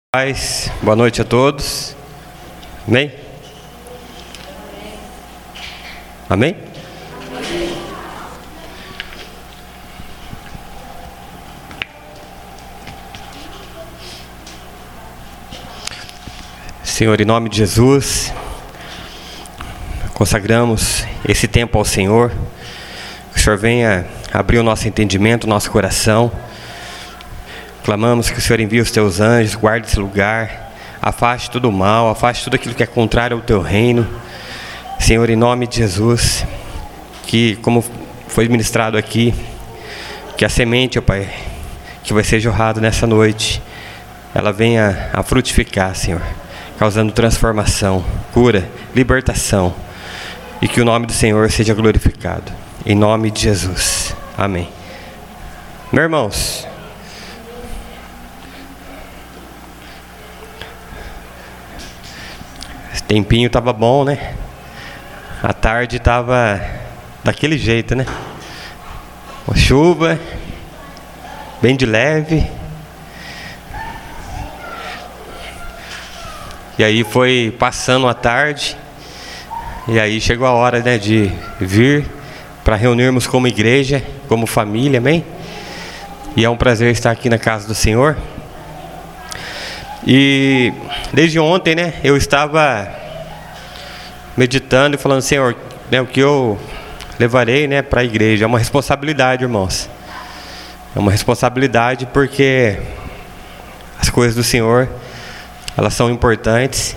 Paz, boa noite a todos. Amém? Amém? Senhor, em nome de Jesus, consagramos esse tempo ao Senhor. Que o Senhor venha abrir o nosso entendimento, o nosso coração. Clamamos que o Senhor envie os teus anjos, guarde esse lugar, afaste todo o mal, afaste tudo aquilo que é contrário ao teu reino. Senhor, em nome de Jesus, que como foi ministrado aqui, que a semente, ó Pai, que vai ser jorrada nessa noite, ela venha a frutificar, Senhor, causando transformação, cura, libertação, e que o nome do Senhor seja glorificado. Em nome de Jesus. Amém. Meus irmãos, esse tempinho estava bom, né? A tarde estava daquele jeito, né? Uma chuva, bem de leve. E aí foi passando a tarde. E aí chegou a hora, né, de vir para reunirmos como igreja, como família, amém? E é um prazer estar aqui na casa do Senhor. E desde ontem, né, eu estava meditando e falando, Senhor, né, o que eu levarei, né, para a igreja. É uma responsabilidade, irmãos. É uma responsabilidade porque as coisas do Senhor, elas são importantes.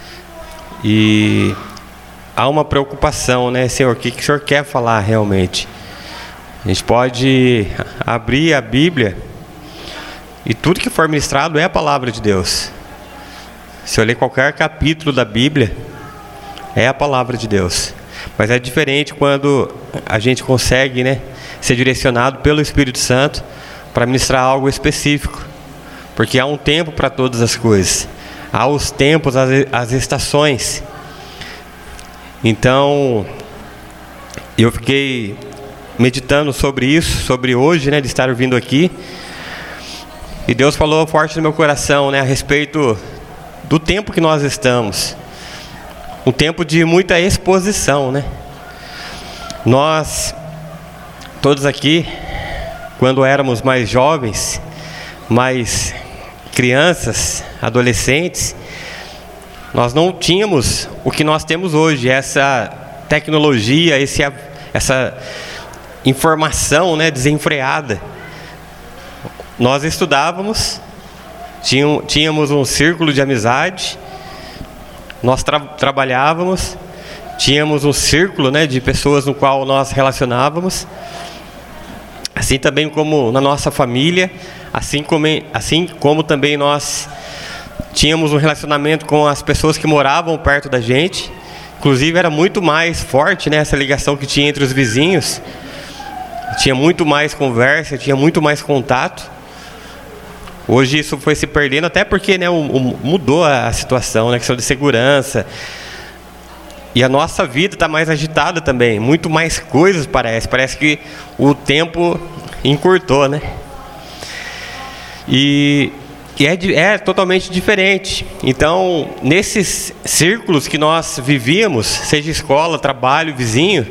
E há uma preocupação, né, Senhor, o que o Senhor quer falar realmente? A gente pode abrir a Bíblia e tudo que for ministrado é a palavra de Deus. Se eu ler qualquer capítulo da Bíblia, é a palavra de Deus. Mas é diferente quando a gente consegue, né, ser direcionado pelo Espírito Santo para ministrar algo específico. Porque há um tempo para todas as coisas. Há os tempos, as estações. Então, eu fiquei meditando sobre isso, sobre hoje, né, de estar vindo aqui. E Deus falou forte no meu coração, né, a respeito do tempo que nós estamos. Um tempo de muita exposição, né? Nós, todos aqui, quando éramos mais jovens, mais crianças, adolescentes, nós não tínhamos o que nós temos hoje, essa tecnologia, essa informação, né, desenfreada. Nós estudávamos, tínhamos um círculo de amizade, nós trabalhávamos, tínhamos um círculo, né, de pessoas no qual nós relacionávamos, assim também como na nossa família, assim como também nós tínhamos um relacionamento com as pessoas que moravam perto da gente. Inclusive era muito mais forte, né, essa ligação que tinha entre os vizinhos, tinha muito mais conversa, tinha muito mais contato. Hoje isso foi se perdendo, até porque, né, mudou a situação, né, questão de segurança. E a nossa vida está mais agitada também, muito mais coisas parece que o tempo encurtou, né? E é totalmente diferente. Então, nesses círculos que nós vivíamos, seja escola, trabalho, vizinho,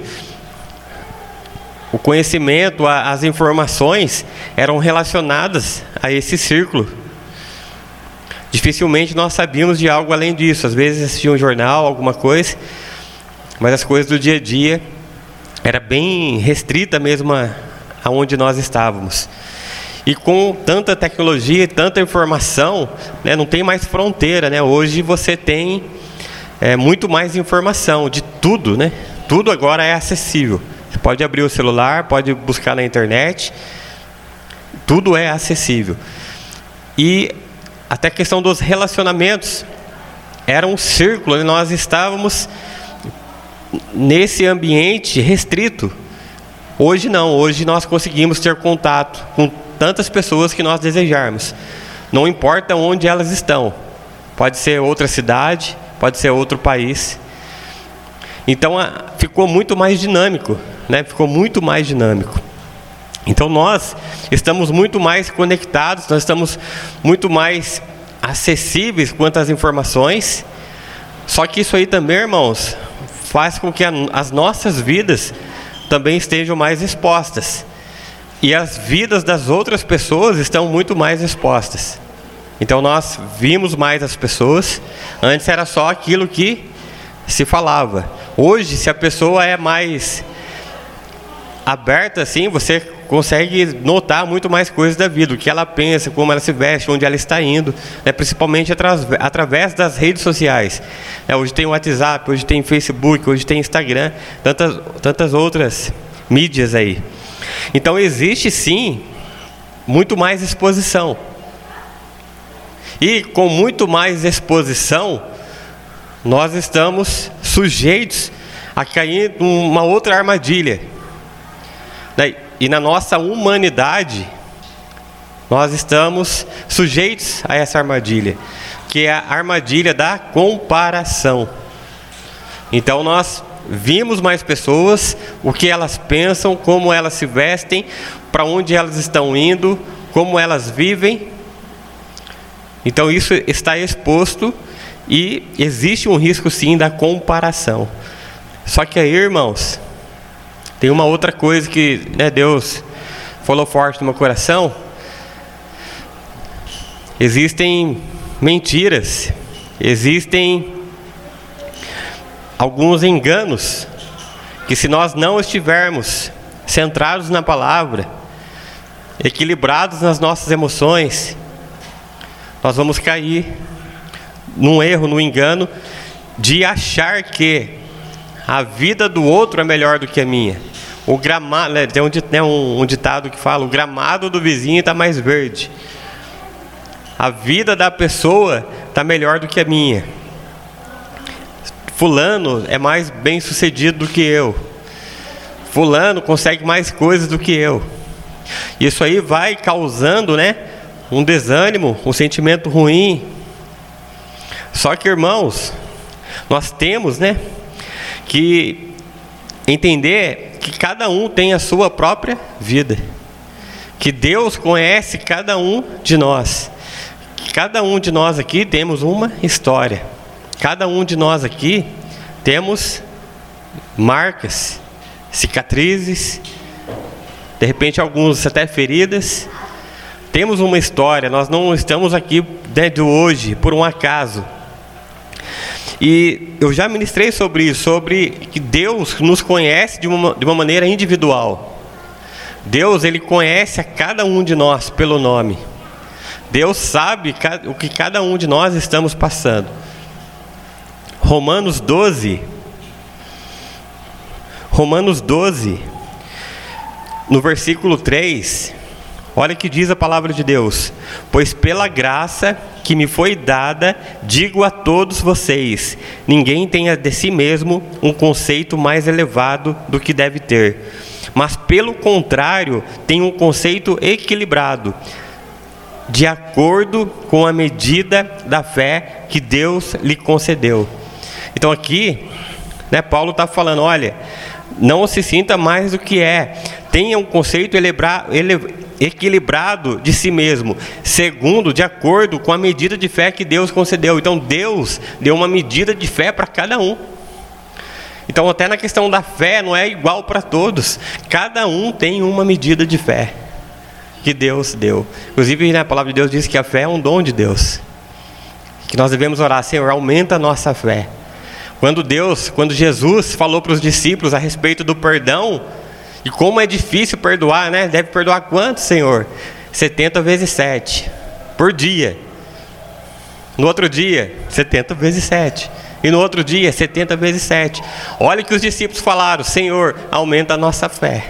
o conhecimento, as informações eram relacionadas a esse círculo. Dificilmente nós sabíamos de algo além disso. Às vezes assistia um jornal, alguma coisa, mas as coisas do dia a dia era bem restrita mesmo aonde nós estávamos. E com tanta tecnologia, tanta informação, né, não tem mais fronteira, né? Hoje você tem muito mais informação de tudo, né? Tudo agora é acessível. Você pode abrir o celular, pode buscar na internet, tudo é acessível. E até a questão dos relacionamentos, era um círculo, e nós estávamos nesse ambiente restrito. Hoje não, hoje nós conseguimos ter contato com tantas pessoas que nós desejarmos. Não importa onde elas estão. Pode ser outra cidade, pode ser outro país. Então ficou muito mais dinâmico, né? Ficou muito mais dinâmico. Então nós estamos muito mais conectados, nós estamos muito mais acessíveis quanto às informações. Só que isso aí também, irmãos, faz com que as nossas vidas também estejam mais expostas. E as vidas das outras pessoas estão muito mais expostas. Então nós vimos mais as pessoas. Antes era só aquilo que se falava. Hoje, se a pessoa é mais aberta assim, você consegue notar muito mais coisas da vida, o que ela pensa, como ela se veste, onde ela está indo, né? Principalmente através das redes sociais. Hoje tem o WhatsApp, hoje tem Facebook, hoje tem Instagram, tantas outras mídias aí. Então existe sim muito mais exposição. E com muito mais exposição, nós estamos sujeitos a cair numa outra armadilha. E na nossa humanidade, nós estamos sujeitos a essa armadilha, que é a armadilha da comparação. Então nós vimos mais pessoas, o que elas pensam, como elas se vestem, para onde elas estão indo, como elas vivem. Então isso está exposto e existe um risco sim da comparação. Só que aí, irmãos, tem uma outra coisa que, né, Deus falou forte no meu coração. Existem mentiras, existem alguns enganos, que se nós não estivermos centrados na palavra, equilibrados nas nossas emoções, nós vamos cair num erro, num engano, de achar que a vida do outro é melhor do que a minha. O gramado, tem um ditado que fala: o gramado do vizinho está mais verde. A vida da pessoa está melhor do que a minha. Fulano é mais bem sucedido do que eu. Fulano consegue mais coisas do que eu. Isso aí vai causando, né, um desânimo, um sentimento ruim. Só que, irmãos, nós temos, né, que entender que cada um tem a sua própria vida, que Deus conhece cada um de nós. Cada um de nós aqui temos uma história. Cada um de nós aqui temos marcas, cicatrizes, de repente alguns até feridas. Temos uma história. Nós não estamos aqui, né, de hoje por um acaso. E eu já ministrei sobre isso, sobre que Deus nos conhece de uma maneira individual. Deus, Ele conhece a cada um de nós pelo nome. Deus sabe o que cada um de nós estamos passando. Romanos 12, no versículo 3, olha o que diz a palavra de Deus: pois pela graça que me foi dada, digo a todos vocês, ninguém tenha de si mesmo um conceito mais elevado do que deve ter, mas pelo contrário, tenha um conceito equilibrado, de acordo com a medida da fé que Deus lhe concedeu. Então aqui, né, Paulo está falando: olha, não se sinta mais do que é, tenha um conceito equilibrado de si mesmo, segundo, de acordo com a medida de fé que Deus concedeu. Então Deus deu uma medida de fé para cada um. Então até na questão da fé não é igual para todos, cada um tem uma medida de fé que Deus deu. Inclusive, né, a palavra de Deus diz que a fé é um dom de Deus, que nós devemos orar: Senhor, aumenta a nossa fé. Quando Jesus falou para os discípulos a respeito do perdão, e como é difícil perdoar, né? Deve perdoar quanto, Senhor? 70 vezes 7 por dia. No outro dia, 70 vezes 7. E no outro dia, 70 vezes 7. Olha o que os discípulos falaram: Senhor, aumenta a nossa fé.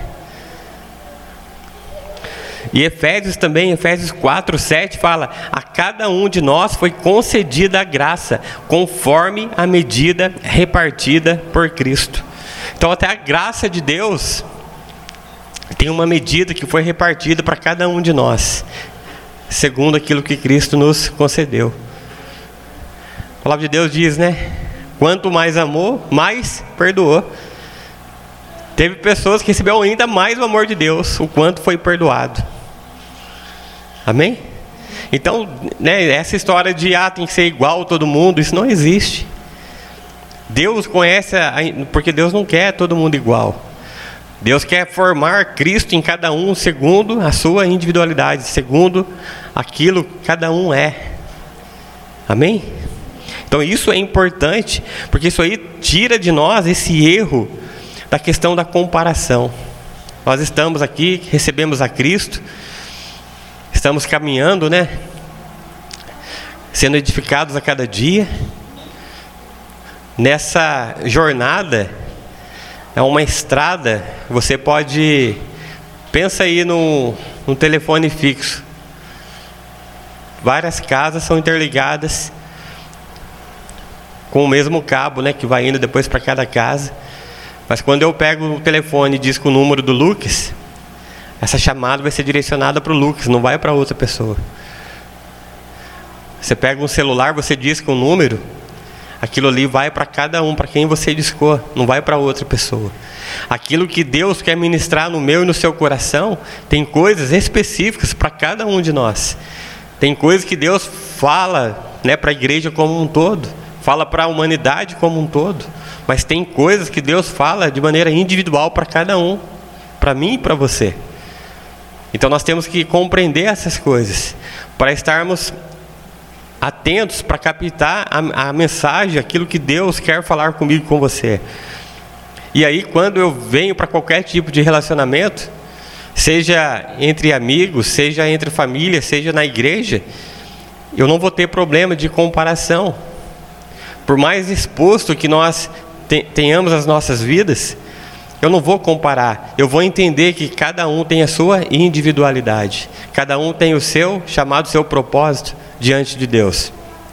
E Efésios 4:7 fala: a cada um de nós foi concedida a graça, conforme a medida repartida por Cristo. Então até a graça de Deus tem uma medida que foi repartida para cada um de nós, segundo aquilo que Cristo nos concedeu. A palavra de Deus diz, né? Quanto mais amou, mais perdoou. Teve pessoas que receberam ainda mais o amor de Deus, o quanto foi perdoado. Amém? Então, né, essa história de tem que ser igual a todo mundo, isso não existe. Deus conhece, porque Deus não quer todo mundo igual. Deus quer formar Cristo em cada um segundo a sua individualidade, segundo aquilo que cada um é. Amém? Então isso é importante, porque isso aí tira de nós esse erro da questão da comparação. Nós estamos aqui, recebemos a Cristo, estamos caminhando, né? Sendo edificados a cada dia. Nessa jornada, é uma estrada, você pode... Pensa aí num telefone fixo. Várias casas são interligadas com o mesmo cabo, né, que vai indo depois para cada casa. Mas quando eu pego o telefone e disco o número do Lucas, essa chamada vai ser direcionada para o Lucas, não vai para outra pessoa. Você pega um celular, você disca um número, aquilo ali vai para cada um, para quem você discou, não vai para outra pessoa. Aquilo que Deus quer ministrar no meu e no seu coração, tem coisas específicas para cada um de nós. Tem coisas que Deus fala, né, para a igreja como um todo, fala para a humanidade como um todo, mas tem coisas que Deus fala de maneira individual para cada um, para mim e para você. Então nós temos que compreender essas coisas, para estarmos atentos, para captar a mensagem, aquilo que Deus quer falar comigo e com você. E aí quando eu venho para qualquer tipo de relacionamento, seja entre amigos, seja entre família, seja na igreja, eu não vou ter problema de comparação. Por mais exposto que nós tenhamos as nossas vidas, eu não vou comparar. Eu vou entender que cada um tem a sua individualidade. Cada um tem o seu chamado, o seu propósito diante de Deus.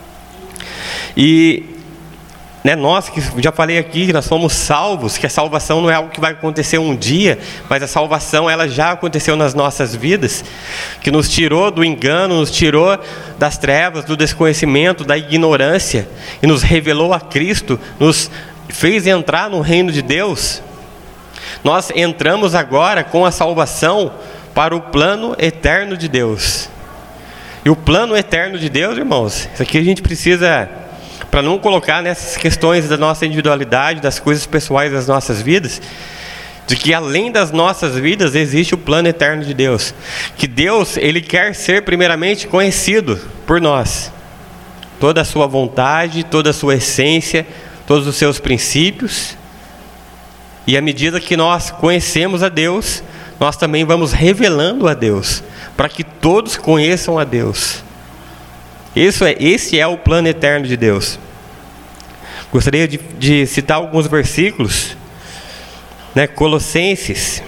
E né, nós que já falei aqui, nós somos salvos, que a salvação não é algo que vai acontecer um dia, mas a salvação ela já aconteceu nas nossas vidas, que nos tirou do engano, nos tirou das trevas, do desconhecimento, da ignorância, e nos revelou a Cristo, nos fez entrar no reino de Deus. Nós entramos agora com a salvação para o plano eterno de Deus. E o plano eterno de Deus, irmãos, isso aqui a gente precisa, para não colocar nessas questões da nossa individualidade, das coisas pessoais das nossas vidas, de que além das nossas vidas existe o plano eterno de Deus. Que Deus, Ele quer ser primeiramente conhecido por nós. Toda a sua vontade, toda a sua essência, todos os seus princípios. E à medida que nós conhecemos a Deus, nós também vamos revelando a Deus, para que todos conheçam a Deus. Esse é o plano eterno de Deus. Gostaria de citar alguns versículos, né? Colossenses.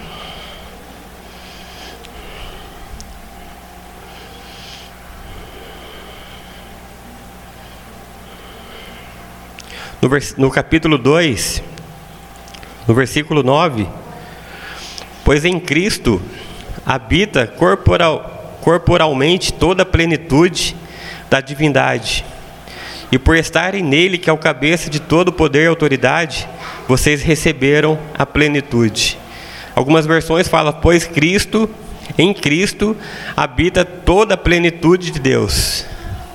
No capítulo 2, no versículo 9, pois em Cristo habita corporalmente toda a plenitude da divindade, e por estarem nele, que é o cabeça de todo poder e autoridade, vocês receberam a plenitude. Algumas versões falam, pois em Cristo habita toda a plenitude de Deus.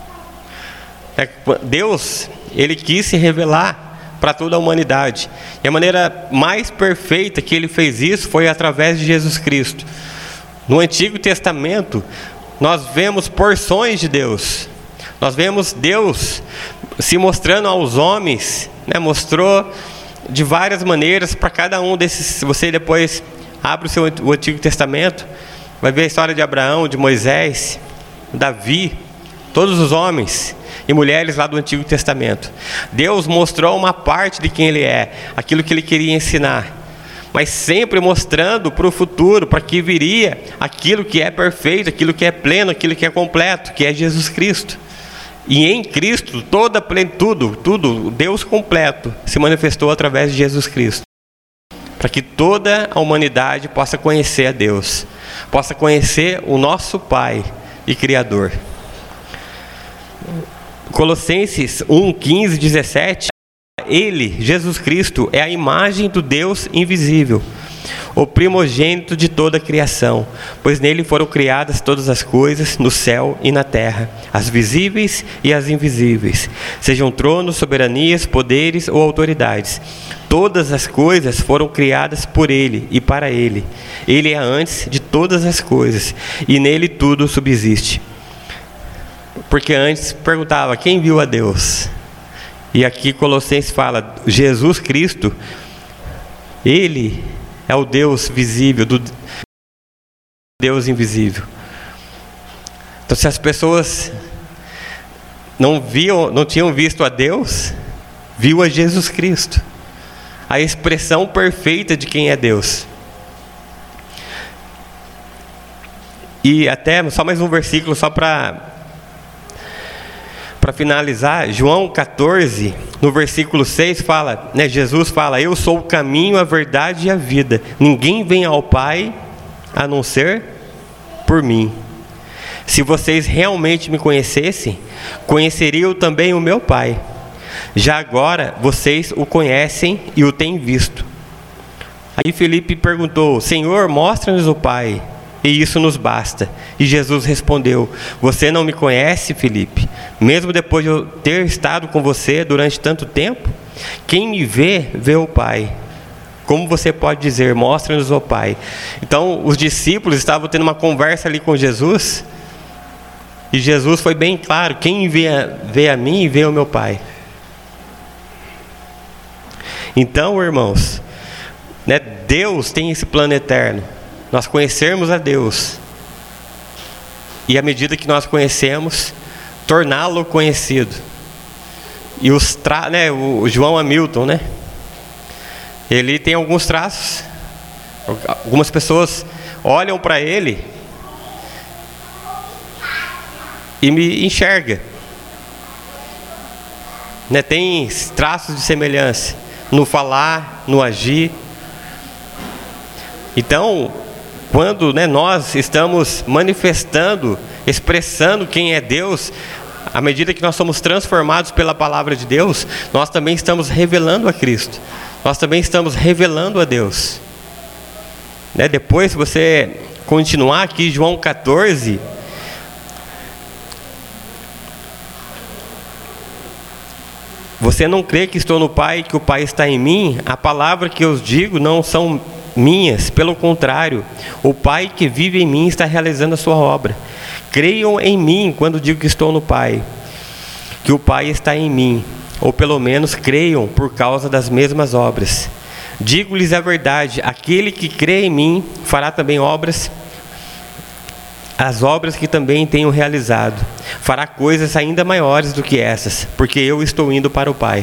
Deus, Ele quis se revelar para toda a humanidade, e a maneira mais perfeita que Ele fez isso foi através de Jesus Cristo. No Antigo Testamento, nós vemos porções de Deus. Nós vemos Deus se mostrando aos homens, né? Mostrou de várias maneiras para cada um desses. Se você depois abre o Antigo Testamento, vai ver a história de Abraão, de Moisés, Davi, todos os homens e mulheres lá do Antigo Testamento. Deus mostrou uma parte de quem Ele é, aquilo que Ele queria ensinar, mas sempre mostrando para o futuro, para que viria aquilo que é perfeito, aquilo que é pleno, aquilo que é completo, que é Jesus Cristo. E em Cristo, toda a plenitude, tudo, Deus completo, se manifestou através de Jesus Cristo. Para que toda a humanidade possa conhecer a Deus, possa conhecer o nosso Pai e Criador. Colossenses 1, 15, 17, Ele, Jesus Cristo, é a imagem do Deus invisível, o primogênito de toda a criação, pois nele foram criadas todas as coisas, no céu e na terra, as visíveis e as invisíveis, sejam tronos, soberanias, poderes ou autoridades. Todas as coisas foram criadas por ele e para ele. Ele é antes de todas as coisas, e nele tudo subsiste. Porque antes perguntava, quem viu a Deus? E aqui Colossenses fala, Jesus Cristo, Ele é o Deus visível, do Deus invisível. Então, se as pessoas não tinham visto a Deus, viu a Jesus Cristo, a expressão perfeita de quem é Deus. E até, só mais um versículo, só para finalizar, João 14, no versículo 6, fala, Jesus fala, eu sou o caminho, a verdade e a vida. Ninguém vem ao Pai, a não ser por mim. Se vocês realmente me conhecessem, conheceriam também o meu Pai. Já agora, vocês o conhecem e o têm visto. Aí Felipe perguntou, Senhor, mostra-nos o Pai, e isso nos basta. E Jesus respondeu, você não me conhece, Felipe? Mesmo depois de eu ter estado com você durante tanto tempo? Quem me vê, vê o Pai. Como você pode dizer, mostra-nos o Pai? Então, os discípulos estavam tendo uma conversa ali com Jesus, e Jesus foi bem claro, quem vê a mim, vê o meu Pai. Então, irmãos, Deus tem esse plano eterno, nós conhecermos a Deus, e à medida que nós conhecemos, torná-lo conhecido. E o João Hamilton, ele tem alguns traços. Algumas pessoas olham para ele e me enxergam. Tem traços de semelhança no falar, no agir. Então, quando nós estamos manifestando, expressando quem é Deus, à medida que nós somos transformados pela palavra de Deus, nós também estamos revelando a Cristo. Nós também estamos revelando a Deus. Depois, se você continuar aqui, João 14, você não crê que estou no Pai, que o Pai está em mim? A palavra que eu digo não são minhas, pelo contrário, o Pai que vive em mim está realizando a sua obra. Creiam em mim quando digo que estou no Pai, que o Pai está em mim, ou pelo menos creiam por causa das mesmas obras. Digo-lhes a verdade, aquele que crê em mim fará também obras, as obras que também tenho realizado, fará coisas ainda maiores do que essas, porque eu estou indo para o Pai.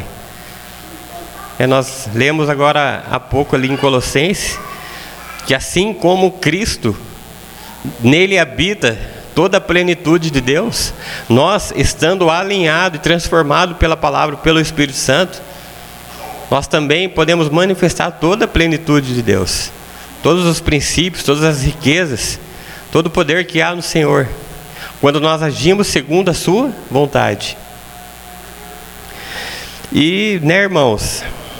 Nós lemos agora há pouco ali em Colossenses, que assim como Cristo, nele habita toda a plenitude de Deus, nós estando alinhados e transformados pela palavra, pelo Espírito Santo, nós também podemos manifestar toda a plenitude de Deus, todos os princípios, todas as riquezas, todo o poder que há no Senhor, quando nós agimos segundo a sua vontade. E, irmãos,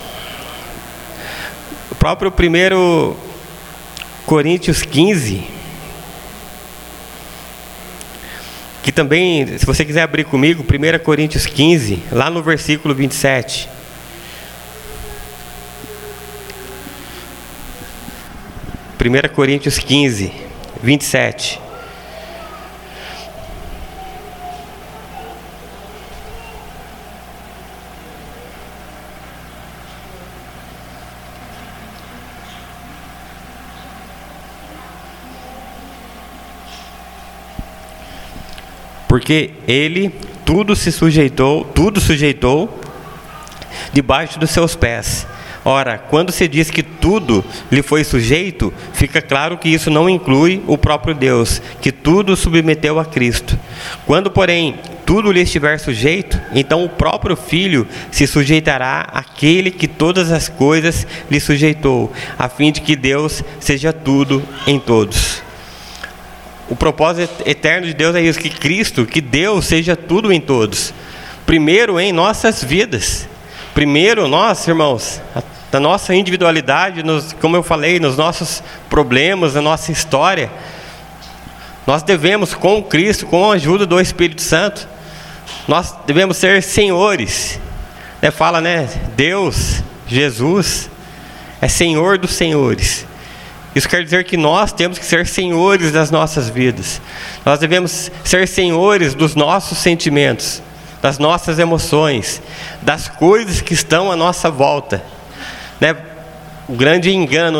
o próprio 1 Coríntios 15, que também, se você quiser abrir comigo, 1 Coríntios 15, lá no versículo 27. Primeira Coríntios 15, 27. Porque ele tudo sujeitou debaixo dos seus pés. Ora, quando se diz que tudo lhe foi sujeito, fica claro que isso não inclui o próprio Deus, que tudo submeteu a Cristo. Quando, porém, tudo lhe estiver sujeito, então o próprio Filho se sujeitará àquele que todas as coisas lhe sujeitou, a fim de que Deus seja tudo em todos. O propósito eterno de Deus é isso, que Cristo, que Deus seja tudo em todos. Primeiro em nossas vidas. Primeiro nós, irmãos, na nossa individualidade, como eu falei, nos nossos problemas, na nossa história, nós devemos, com Cristo, com a ajuda do Espírito Santo, nós devemos ser senhores. Fala, Deus, Jesus, é Senhor dos senhores. Isso quer dizer que nós temos que ser senhores das nossas vidas. Nós devemos ser senhores dos nossos sentimentos, das nossas emoções, das coisas que estão à nossa volta. O grande engano,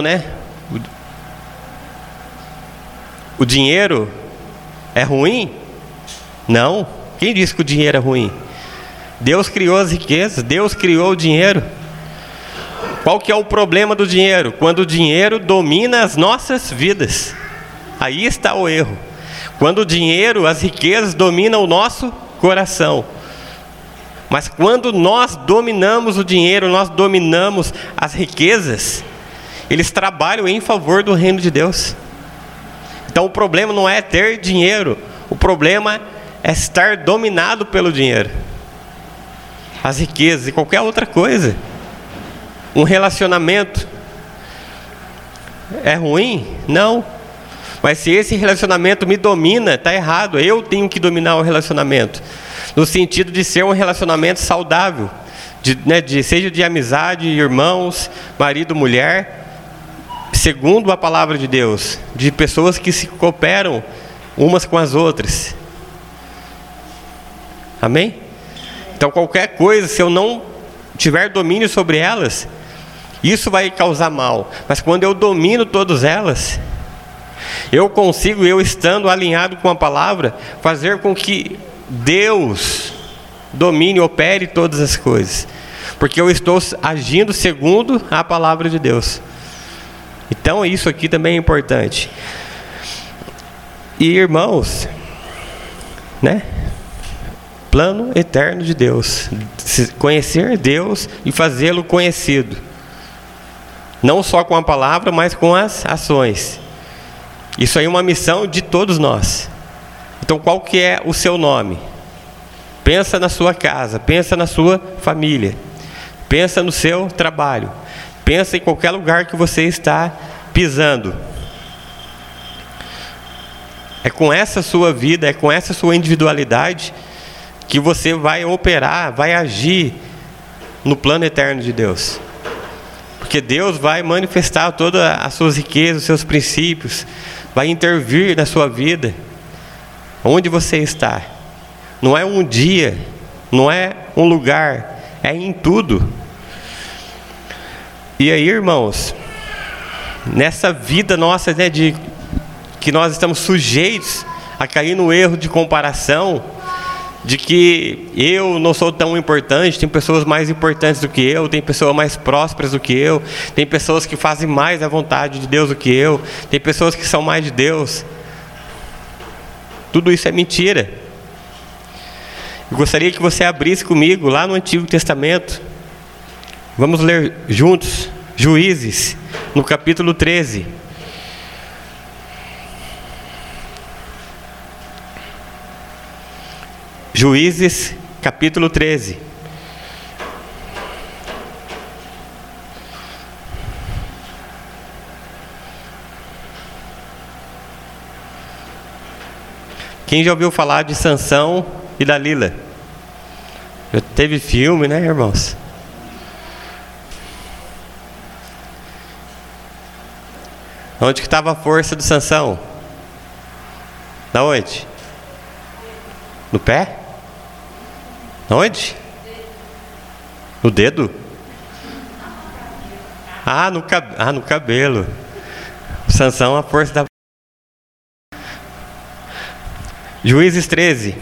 O dinheiro é ruim? Não. Quem disse que o dinheiro é ruim? Deus criou as riquezas, Deus criou o dinheiro. Qual que é o problema do dinheiro? Quando o dinheiro domina as nossas vidas. Aí está o erro. Quando o dinheiro, as riquezas dominam o nosso coração. Mas quando nós dominamos o dinheiro, nós dominamos as riquezas, eles trabalham em favor do reino de Deus. Então o problema não é ter dinheiro, o problema é estar dominado pelo dinheiro, as riquezas e qualquer outra coisa. Um relacionamento é ruim? Não. Mas se esse relacionamento me domina, está errado. Eu tenho que dominar o relacionamento, no sentido de ser um relacionamento saudável, seja de amizade, irmãos, marido, mulher, segundo a palavra de Deus, de pessoas que se cooperam umas com as outras. Amém? Então qualquer coisa, se eu não tiver domínio sobre elas, isso vai causar mal. Mas quando eu domino todas elas, eu consigo, eu estando alinhado com a palavra, fazer com que Deus domine, opere todas as coisas, porque eu estou agindo segundo a palavra de Deus. Então isso aqui também é importante. E irmãos, plano eterno de Deus, conhecer Deus e fazê-lo conhecido, não só com a palavra, mas com as ações. Isso aí é uma missão de todos nós. Então qual que é o seu nome? Pensa na sua casa, pensa na sua família, pensa no seu trabalho, pensa em qualquer lugar que você está pisando. É com essa sua vida, é com essa sua individualidade que você vai operar, vai agir no plano eterno de Deus. Porque Deus vai manifestar todas as suas riquezas, os seus princípios, vai intervir na sua vida, onde você está. Não é um dia, não é um lugar, é em tudo. E aí, irmãos, nessa vida nossa, que nós estamos sujeitos a cair no erro de comparação, de que eu não sou tão importante, tem pessoas mais importantes do que eu, tem pessoas mais prósperas do que eu, tem pessoas que fazem mais a vontade de Deus do que eu, tem pessoas que são mais de Deus. Tudo isso é mentira. Eu gostaria que você abrisse comigo lá no Antigo Testamento. Vamos ler juntos Juízes, no capítulo 13. Juízes, capítulo 13. Quem já ouviu falar de Sansão e Dalila? Já teve filme, irmãos? Onde que estava a força de Sansão? Da onde? No pé? Onde? No dedo? No cabelo. Sansão, a força da... Juízes 13.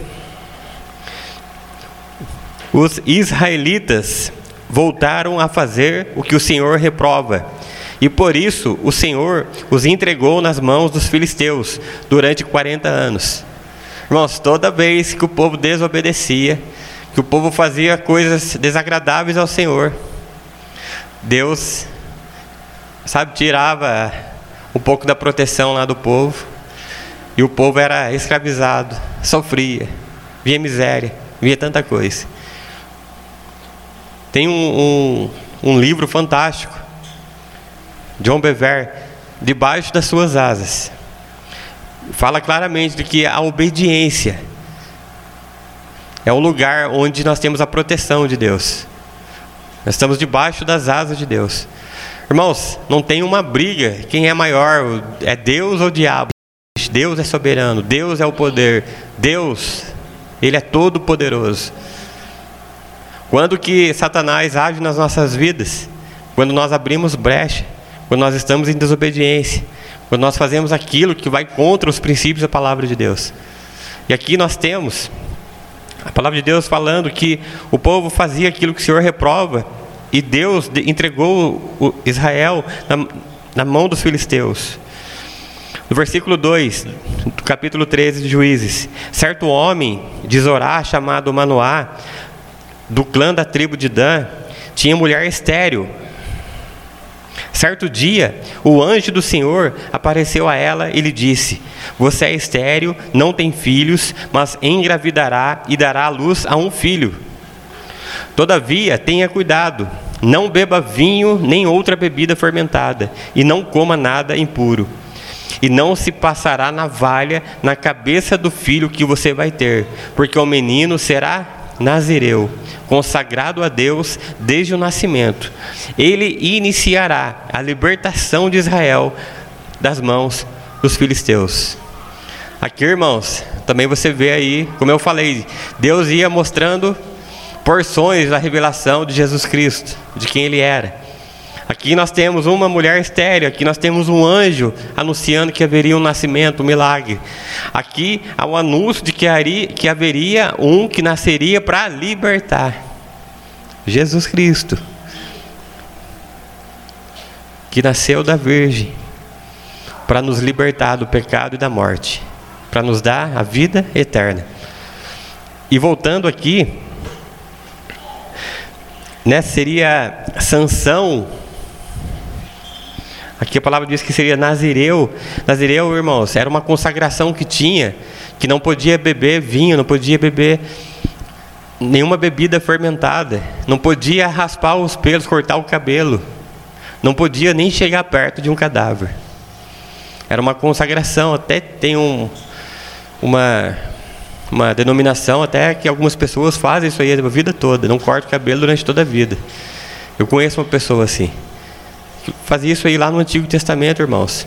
Os israelitas voltaram a fazer o que o Senhor reprova, e por isso o Senhor os entregou nas mãos dos filisteus durante 40 anos. Irmãos, toda vez que o povo desobedecia, que o povo fazia coisas desagradáveis ao Senhor, Deus, tirava um pouco da proteção lá do povo, e o povo era escravizado, sofria, via miséria, via tanta coisa. Tem um livro fantástico John Bevere, debaixo das suas asas. Fala claramente de que a obediência é o lugar onde nós temos a proteção de Deus. Nós estamos debaixo das asas de Deus. Irmãos, não tem uma briga, quem é maior, é Deus ou o diabo? Deus é soberano, Deus é o poder, Deus, Ele é todo poderoso. Quando que Satanás age nas nossas vidas? Quando nós abrimos brecha, quando nós estamos em desobediência, quando nós fazemos aquilo que vai contra os princípios da palavra de Deus. E aqui nós temos a palavra de Deus falando que o povo fazia aquilo que o Senhor reprova, e Deus entregou Israel na mão dos filisteus. No versículo 2, do capítulo 13 de Juízes: certo homem de Zorá, chamado Manoá, do clã da tribo de Dan, tinha mulher estéril. Certo dia, o anjo do Senhor apareceu a ela e lhe disse: você é estéril, não tem filhos, mas engravidará e dará à luz a um filho. Todavia, tenha cuidado, não beba vinho nem outra bebida fermentada, e não coma nada impuro. E não se passará navalha na cabeça do filho que você vai ter, porque o menino será nazireu, consagrado a Deus desde o nascimento. Ele iniciará a libertação de Israel das mãos dos filisteus. Aqui, irmãos, também você vê aí, como eu falei, Deus ia mostrando porções da revelação de Jesus Cristo, de quem Ele era. Aqui nós temos uma mulher estéril, aqui nós temos um anjo anunciando que haveria um nascimento, um milagre. Aqui há um anúncio de que haveria um que nasceria para libertar. Jesus Cristo, que nasceu da Virgem, para nos libertar do pecado e da morte, para nos dar a vida eterna. E voltando aqui, seria Sansão. Aqui a palavra diz que seria nazireu. Nazireu, irmãos, era uma consagração que tinha, que não podia beber vinho, não podia beber nenhuma bebida fermentada, não podia raspar os pelos, cortar o cabelo, não podia nem chegar perto de um cadáver. Era uma consagração. Até tem uma denominação até que algumas pessoas fazem isso aí a vida toda, não cortam o cabelo durante toda a vida. Eu conheço uma pessoa assim, fazia isso aí lá no Antigo Testamento, irmãos.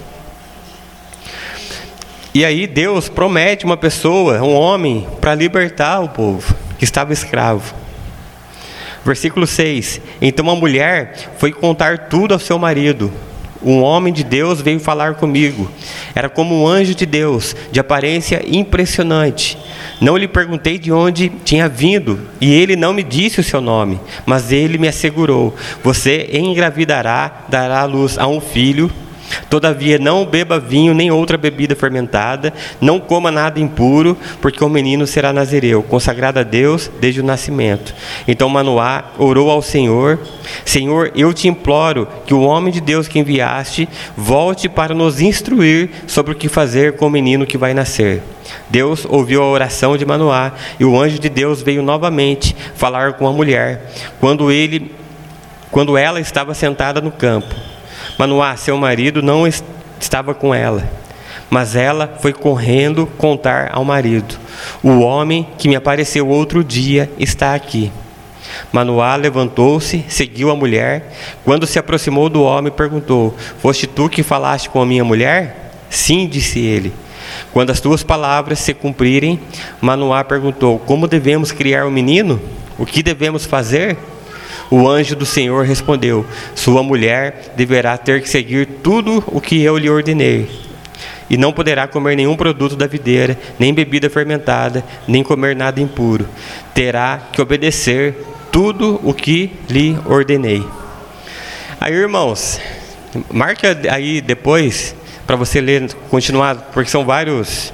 E aí Deus promete uma pessoa, um homem, para libertar o povo que estava escravo. Versículo 6: então a mulher foi contar tudo ao seu marido. Um homem de Deus veio falar comigo. Era como um anjo de Deus, de aparência impressionante. Não lhe perguntei de onde tinha vindo, e ele não me disse o seu nome, mas ele me assegurou: você engravidará, dará à luz a um filho. Todavia não beba vinho nem outra bebida fermentada, não coma nada impuro, porque o menino será nazireu, consagrado a Deus desde o nascimento. Então Manoá orou ao Senhor: Senhor, eu te imploro que o homem de Deus que enviaste volte para nos instruir sobre o que fazer com o menino que vai nascer. Deus ouviu a oração de Manoá, e o anjo de Deus veio novamente falar com a mulher, quando ela estava sentada no campo. Manoá, seu marido, não estava com ela, mas ela foi correndo contar ao marido: o homem que me apareceu outro dia está aqui. Manoá levantou-se, seguiu a mulher. Quando se aproximou do homem, perguntou: foste tu que falaste com a minha mulher? Sim, disse ele. Quando as tuas palavras se cumprirem, Manoá perguntou: como devemos criar o menino? O que devemos fazer? O anjo do Senhor respondeu: sua mulher deverá ter que seguir tudo o que eu lhe ordenei, e não poderá comer nenhum produto da videira, nem bebida fermentada, nem comer nada impuro. Terá que obedecer tudo o que lhe ordenei. Aí, irmãos, marca aí depois para você ler, continuar, porque são vários.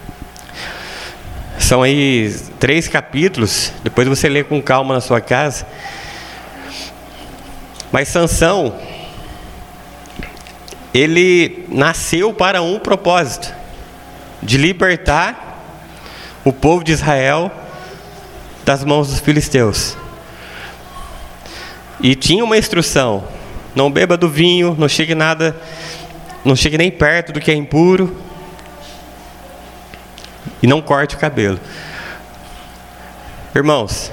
São aí 3 capítulos. Depois você lê com calma na sua casa. Mas Sansão, ele nasceu para um propósito: de libertar o povo de Israel das mãos dos filisteus. E tinha uma instrução: não beba do vinho, não chegue nada, não chegue nem perto do que é impuro, e não corte o cabelo. Irmãos,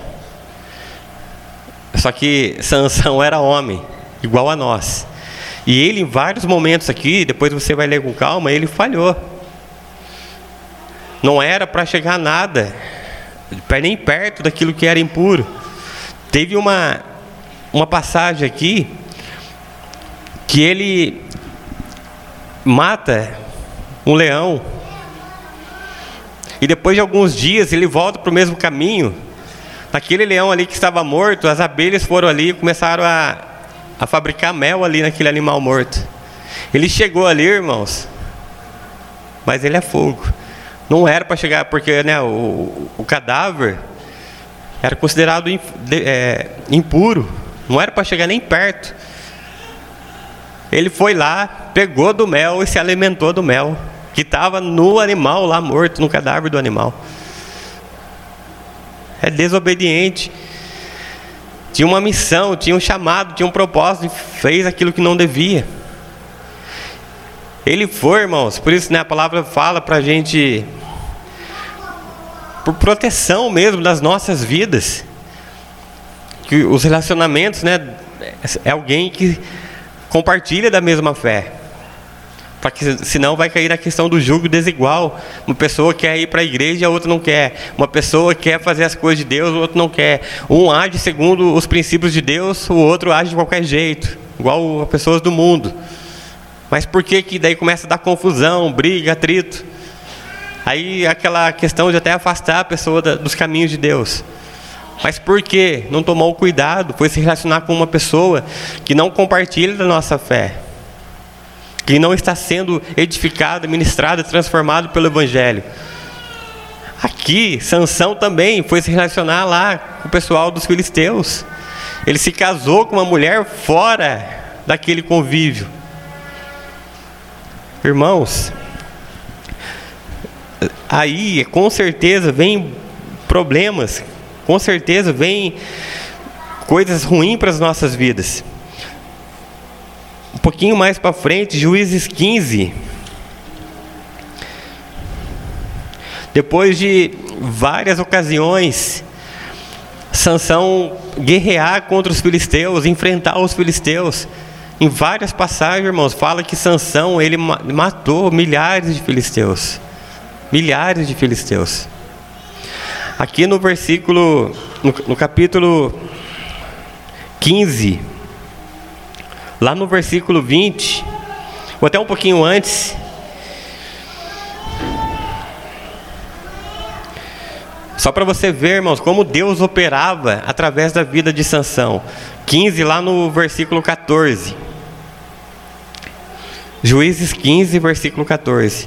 só que Sansão era homem, igual a nós. E ele, em vários momentos aqui, depois você vai ler com calma, ele falhou. Não era para chegar nada, nem perto daquilo que era impuro. Teve uma passagem aqui, que ele mata um leão. E depois de alguns dias, ele volta para o mesmo caminho. Naquele leão ali que estava morto, as abelhas foram ali e começaram a fabricar mel ali naquele animal morto. Ele chegou ali, irmãos, mas ele é fogo. Não era para chegar, porque né, o cadáver era considerado impuro. Não era para chegar nem perto. Ele foi lá, pegou do mel e se alimentou do mel, que estava no animal lá morto, no cadáver do animal. É desobediente. Tinha uma missão, tinha um chamado, tinha um propósito, e fez aquilo que não devia. Ele foi, irmãos, por isso, né, a palavra fala para a gente, por proteção mesmo das nossas vidas, que os relacionamentos, né, é alguém que compartilha da mesma fé, para que senão vai cair na questão do jugo desigual. Uma pessoa quer ir para a igreja e a outra não quer. Uma pessoa quer fazer as coisas de Deus, o outro não quer. Um age segundo os princípios de Deus, o outro age de qualquer jeito, igual as pessoas do mundo. Mas por que daí começa a dar confusão, briga, atrito? Aí aquela questão de até afastar a pessoa dos caminhos de Deus. Mas por que não tomou o cuidado? Foi se relacionar com uma pessoa que não compartilha da nossa fé, que não está sendo edificado, ministrado, transformado pelo Evangelho. Aqui, Sansão também foi se relacionar lá com o pessoal dos filisteus. Ele se casou com uma mulher fora daquele convívio. Irmãos, aí com certeza vem problemas, com certeza vem coisas ruins para as nossas vidas. Um pouquinho mais para frente, Juízes 15. Depois de várias ocasiões, Sansão guerrear contra os filisteus, enfrentar os filisteus. Em várias passagens, irmãos, fala que Sansão, ele matou milhares de filisteus. Milhares de filisteus. Aqui no versículo, no capítulo 15, lá no versículo 20, ou até um pouquinho antes, só para você ver, irmãos, como Deus operava através da vida de Sansão. 15, lá no versículo 14. Juízes 15, versículo 14.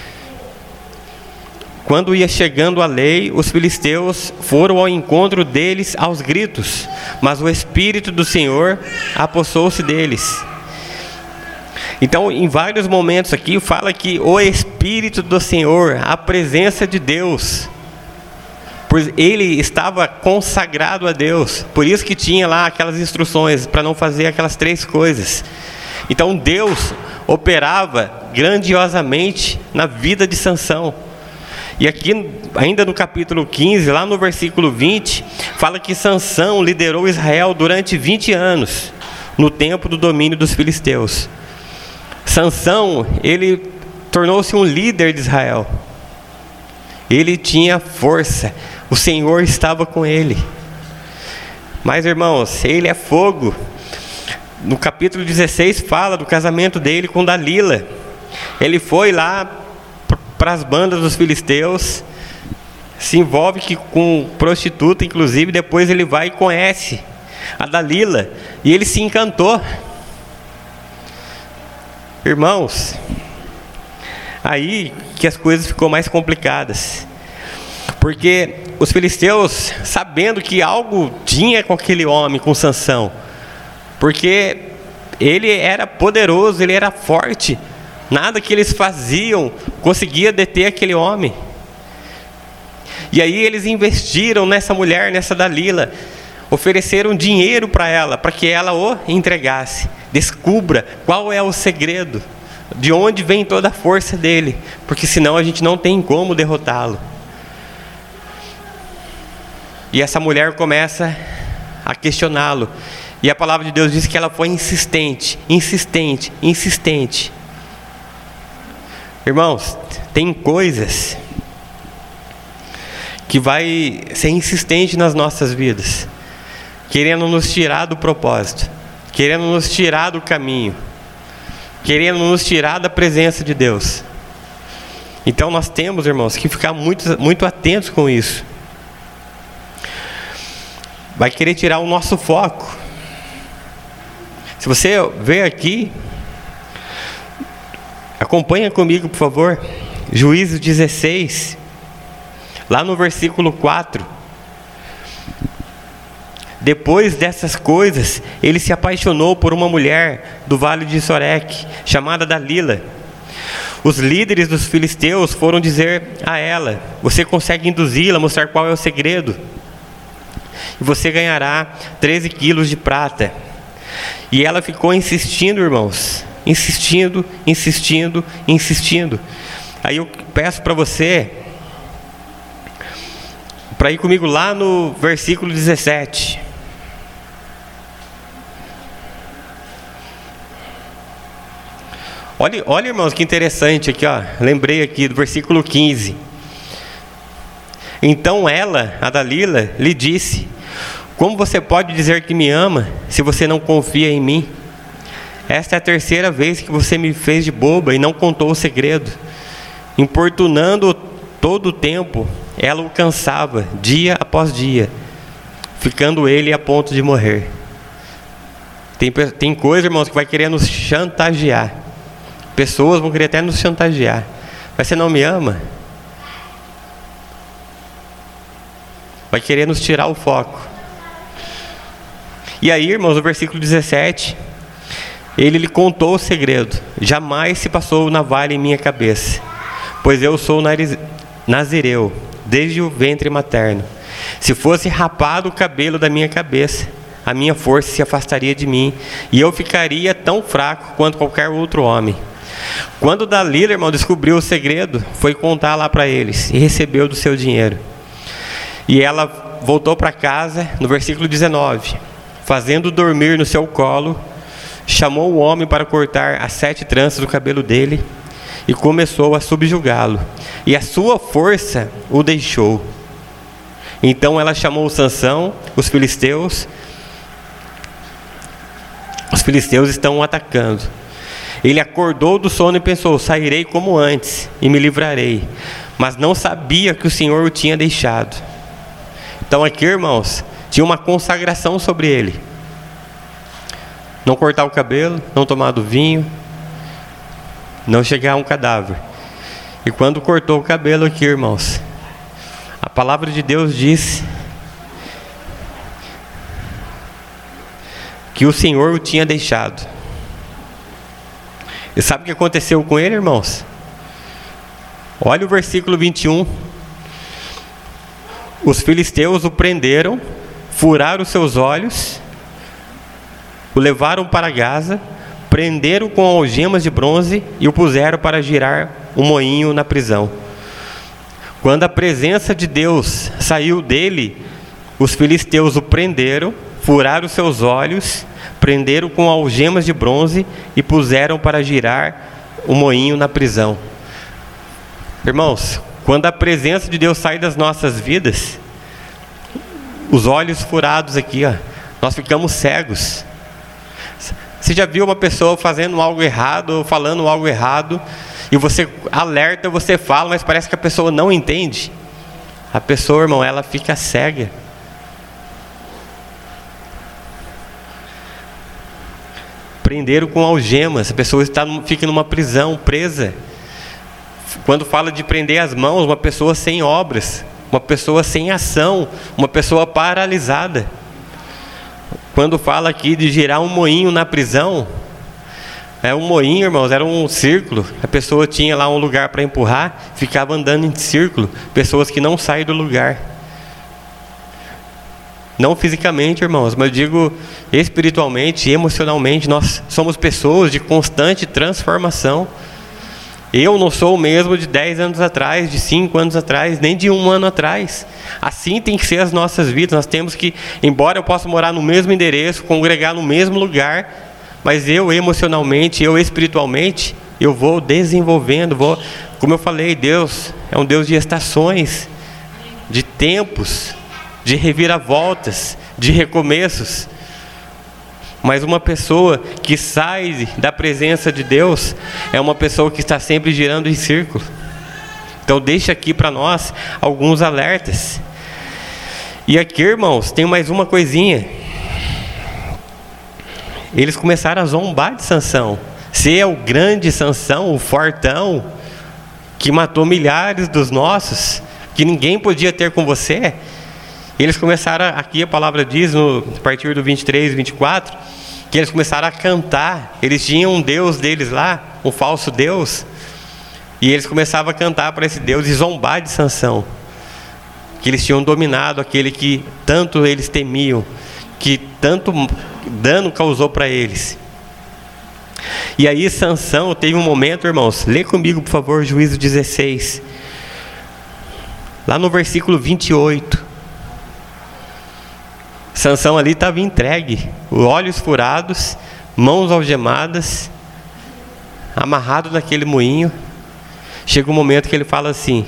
Quando ia chegando a lei, os filisteus foram ao encontro deles aos gritos, mas o Espírito do Senhor apossou-se deles. Então, em vários momentos aqui, fala que o Espírito do Senhor, a presença de Deus, pois ele estava consagrado a Deus, por isso que tinha lá aquelas instruções para não fazer aquelas 3 coisas. Então Deus operava grandiosamente na vida de Sansão. E aqui, ainda no capítulo 15, lá no versículo 20, fala que Sansão liderou Israel durante 20 anos, no tempo do domínio dos filisteus. Sansão, ele tornou-se um líder de Israel. Ele tinha força, o Senhor estava com ele. Mas, irmãos, ele é fogo. No capítulo 16 fala do casamento dele com Dalila. Ele foi lá para as bandas dos filisteus, se envolve com prostituta, inclusive. Depois ele vai e conhece a Dalila, e ele se encantou. Irmãos, aí que as coisas ficou mais complicadas, porque os filisteus, sabendo que algo tinha com aquele homem, com Sansão, porque ele era poderoso, ele era forte, nada que eles faziam conseguia deter aquele homem. E aí eles investiram nessa mulher, nessa Dalila, ofereceram dinheiro para ela, para que ela o entregasse. Descubra qual é o segredo, de onde vem toda a força dele, porque senão a gente não tem como derrotá-lo. E essa mulher começa a questioná-lo, e a palavra de Deus diz que ela foi insistente. Irmãos, tem coisas que vai ser insistente nas nossas vidas, querendo nos tirar do propósito, querendo nos tirar do caminho, querendo nos tirar da presença de Deus. Então nós temos, irmãos, que ficar muito atentos com isso. Vai querer tirar o nosso foco. Se você vê aqui, acompanha comigo, por favor, Juízes 16, lá no versículo 4. Depois dessas coisas, ele se apaixonou por uma mulher do vale de Soreque, chamada Dalila. Os líderes dos filisteus foram dizer a ela: você consegue induzi-la, mostrar qual é o segredo, e você ganhará 13 quilos de prata. E ela ficou insistindo, irmãos, insistindo. Aí eu peço para você, para ir comigo lá no versículo 17. Olha, irmãos, que interessante aqui, ó. Lembrei aqui do versículo 15. Então ela, a Dalila, lhe disse: como você pode dizer que me ama, se você não confia em mim? Esta é a terceira vez que você me fez de boba e não contou o segredo. Importunando todo o tempo, ela o cansava, dia após dia, ficando ele a ponto de morrer. Tem coisa, irmãos, que vai querer nos chantagear. Pessoas vão querer até nos chantagear. Mas você não me ama? Vai querer nos tirar o foco. E aí, irmãos, no versículo 17, ele lhe contou o segredo: jamais se passou navalha em minha cabeça, pois eu sou nazireu, desde o ventre materno. Se fosse rapado o cabelo da minha cabeça, a minha força se afastaria de mim, e eu ficaria tão fraco quanto qualquer outro homem. Quando Dalila, irmão, descobriu o segredo, foi contar lá para eles, e recebeu do seu dinheiro. E ela voltou para casa, no versículo 19, fazendo dormir no seu colo, chamou o homem para cortar as 7 tranças do cabelo dele, e começou a subjugá-lo, e a sua força o deixou. Então ela chamou Sansão. Os filisteus estão o atacando. Ele acordou do sono e pensou: sairei como antes e me livrarei. Mas não sabia que o Senhor o tinha deixado. Então aqui, irmãos, tinha uma consagração sobre ele: não cortar o cabelo, não tomar do vinho, não chegar a um cadáver. E quando cortou o cabelo aqui, irmãos, a palavra de Deus diz que o Senhor o tinha deixado. E sabe o que aconteceu com ele, irmãos? Olha o versículo 21. Os filisteus o prenderam, furaram os seus olhos, o levaram para Gaza, prenderam com algemas de bronze e o puseram para girar um moinho na prisão. Quando a presença de Deus saiu dele, os filisteus o prenderam, furaram os seus olhos, prenderam com algemas de bronze e puseram para girar um moinho na prisão. Irmãos, quando a presença de Deus sai das nossas vidas, os olhos furados aqui, ó, nós ficamos cegos. Você já viu uma pessoa fazendo algo errado ou falando algo errado, e você alerta, você fala, mas parece que a pessoa não entende? A pessoa, irmão, ela fica cega. Prenderam com algemas, a pessoa fica numa prisão, presa. Quando fala de prender as mãos, uma pessoa sem obras, uma pessoa sem ação, uma pessoa paralisada. Quando fala aqui de girar um moinho na prisão, um moinho, irmãos, era um círculo. A pessoa tinha lá um lugar para empurrar, ficava andando em círculo. Pessoas que não saem do lugar. Não fisicamente, irmãos, mas eu digo espiritualmente, emocionalmente. Nós somos pessoas de constante transformação. Eu não sou o mesmo de 10 anos atrás, de 5 anos atrás, nem de 1 ano atrás. Assim tem que ser as nossas vidas. Nós temos que, embora eu possa morar no mesmo endereço, congregar no mesmo lugar, mas eu emocionalmente, eu espiritualmente, eu vou desenvolvendo, como eu falei, Deus é um Deus de estações, de tempos, de reviravoltas, de recomeços. Mas uma pessoa que sai da presença de Deus é uma pessoa que está sempre girando em círculo. Então deixa aqui para nós alguns alertas. E aqui, irmãos, tem mais uma coisinha. Eles começaram a zombar de Sansão. Você é o grande Sansão, o fortão, que matou milhares dos nossos, que ninguém podia ter com você. Eles começaram, aqui a palavra diz, a partir do 23, 24, que eles começaram a cantar. Eles tinham um Deus deles lá, um falso Deus, e eles começavam a cantar para esse Deus e zombar de Sansão, que eles tinham dominado aquele que tanto eles temiam, que tanto dano causou para eles. E aí Sansão teve um momento, irmãos, lê comigo por favor, Juízo 16, lá no versículo 28. Sansão ali estava entregue, olhos furados, mãos algemadas, amarrado naquele moinho. Chega um momento que ele fala assim: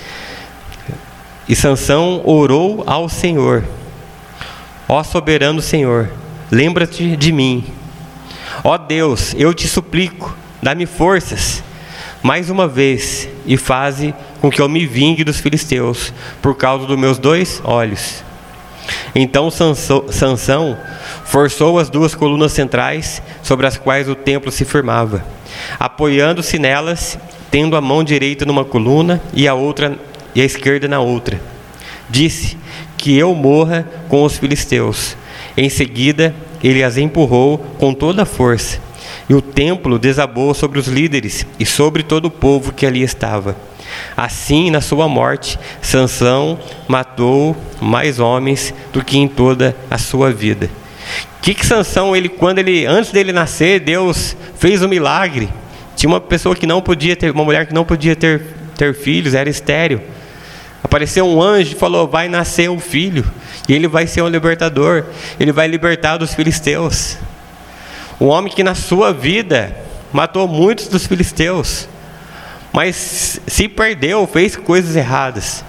e Sansão orou ao Senhor: ó soberano Senhor, lembra-te de mim. Ó Deus, eu te suplico, dá-me forças mais uma vez e faze com que eu me vingue dos filisteus por causa dos meus 2 olhos. Então Sansão forçou as 2 colunas centrais sobre as quais o templo se firmava, apoiando-se nelas, tendo a mão direita numa coluna e a esquerda na outra. Disse: que eu morra com os filisteus. Em seguida ele as empurrou com toda a força, e o templo desabou sobre os líderes e sobre todo o povo que ali estava. Assim, na sua morte, Sansão matou mais homens do que em toda a sua vida. Que Sansão, antes dele nascer, Deus fez um milagre. Tinha uma pessoa que não podia ter, uma mulher que não podia ter filhos, era estéril. Apareceu um anjo e falou: vai nascer um filho, e ele vai ser um libertador, ele vai libertar dos filisteus. Um homem que na sua vida matou muitos dos filisteus, mas se perdeu, fez coisas erradas,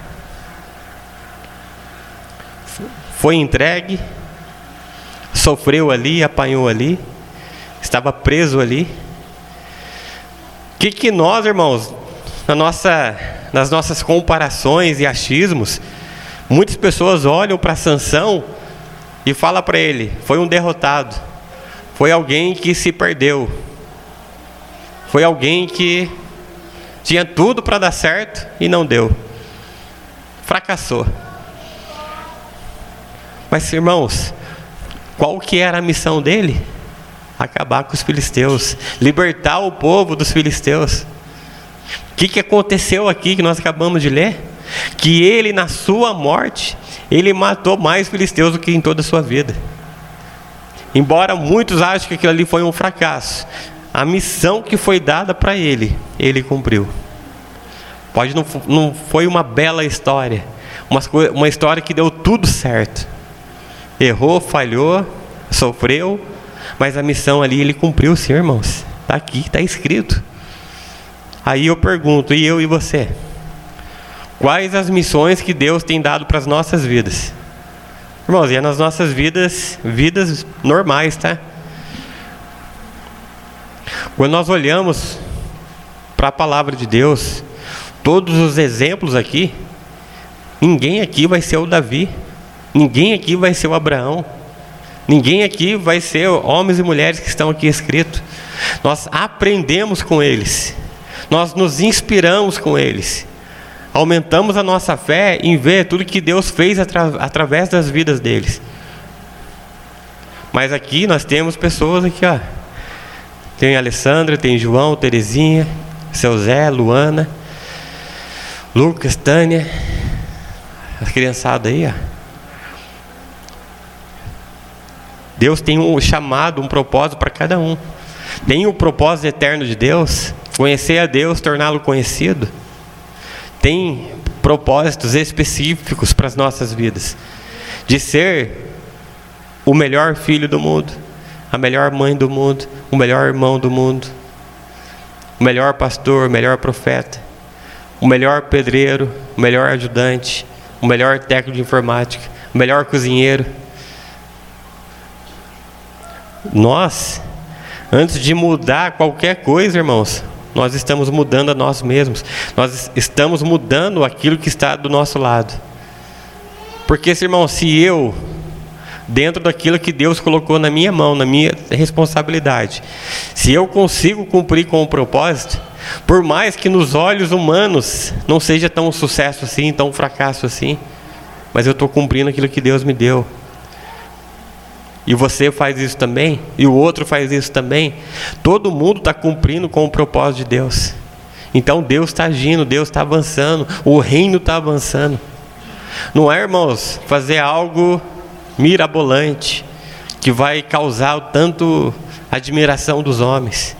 foi entregue, sofreu ali, apanhou ali, estava preso ali. Que nós, irmãos, nas nossas comparações e achismos, muitas pessoas olham para Sansão e falam para ele: foi um derrotado, foi alguém que se perdeu, foi alguém que tinha tudo para dar certo e não deu, fracassou. Mas, irmãos, qual que era a missão dele? Acabar com os filisteus, libertar o povo dos filisteus. O que aconteceu aqui que nós acabamos de ler? Que ele, na sua morte, ele matou mais filisteus do que em toda a sua vida. Embora muitos achem que aquilo ali foi um fracasso, a missão que foi dada para ele, ele cumpriu. Não foi uma bela história, uma história que deu tudo certo. Errou, falhou, sofreu, mas a missão ali ele cumpriu, sim, irmãos. Está aqui, está escrito. Aí eu pergunto, e eu e você? Quais as missões que Deus tem dado para as nossas vidas? Irmãos, e é nas nossas vidas normais, tá? Quando nós olhamos para a palavra de Deus, todos os exemplos aqui, ninguém aqui vai ser o Davi, ninguém aqui vai ser o Abraão, ninguém aqui vai ser homens e mulheres que estão aqui escritos. Nós aprendemos com eles, nós nos inspiramos com eles, aumentamos a nossa fé em ver tudo que Deus fez através das vidas deles. Mas aqui nós temos pessoas aqui, ó. Tem a Alessandra, tem João, Terezinha, seu Zé, Luana, Lucas, Tânia, as criançadas aí, ó. Deus tem um chamado, um propósito para cada um. Tem o propósito eterno de Deus, conhecer a Deus, torná-lo conhecido. Tem propósitos específicos para as nossas vidas, de ser o melhor filho do mundo, a melhor mãe do mundo, o melhor irmão do mundo, o melhor pastor, o melhor profeta, o melhor pedreiro, o melhor ajudante, o melhor técnico de informática, o melhor cozinheiro. Nós, antes de mudar qualquer coisa, irmãos, nós estamos mudando a nós mesmos. Nós estamos mudando aquilo que está do nosso lado. Porque, irmão, se eu, dentro daquilo que Deus colocou na minha mão, na minha responsabilidade, se eu consigo cumprir com o propósito, por mais que nos olhos humanos não seja tão sucesso assim, tão fracasso assim, mas eu estou cumprindo aquilo que Deus me deu. E você faz isso também, e o outro faz isso também. Todo mundo está cumprindo com o propósito de Deus. Então Deus está agindo, Deus está avançando, o reino está avançando. Não é, irmãos, fazer algo mirabolante, que vai causar tanto admiração dos homens.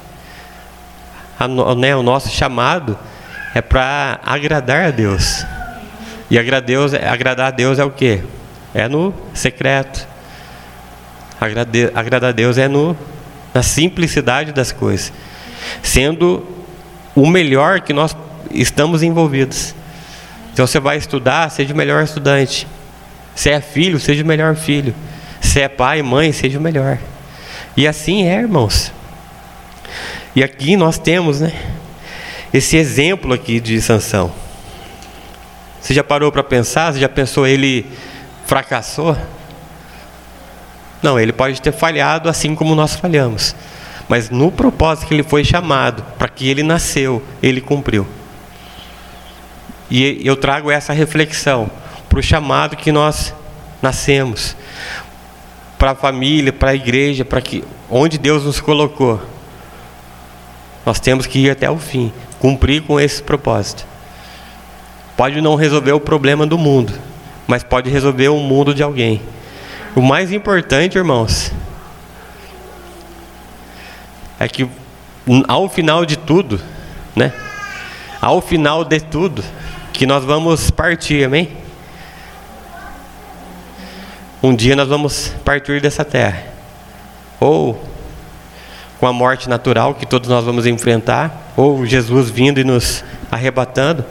O nosso chamado é para agradar a Deus. E agradar a Deus é o quê? É no secreto. Agradar a Deus é na simplicidade das coisas, sendo o melhor que nós estamos envolvidos. Então você vai estudar, seja o melhor estudante. Se é filho, seja o melhor filho. Se é pai, mãe, seja o melhor. E assim é, irmãos. E aqui nós temos, esse exemplo aqui de Sansão. Você já parou para pensar? Você já pensou ele fracassou? Não, ele pode ter falhado assim como nós falhamos. Mas no propósito que ele foi chamado, para que ele nasceu, ele cumpriu. E eu trago essa reflexão para o chamado que nós nascemos, para a família, para a igreja, para que onde Deus nos colocou, nós temos que ir até o fim, cumprir com esse propósito. Pode não resolver o problema do mundo, mas pode resolver o mundo de alguém. O mais importante, irmãos, é que ao final de tudo, ao final de tudo, que nós vamos partir, amém? Um dia nós vamos partir dessa terra, ou com a morte natural que todos nós vamos enfrentar, ou Jesus vindo e nos arrebatando.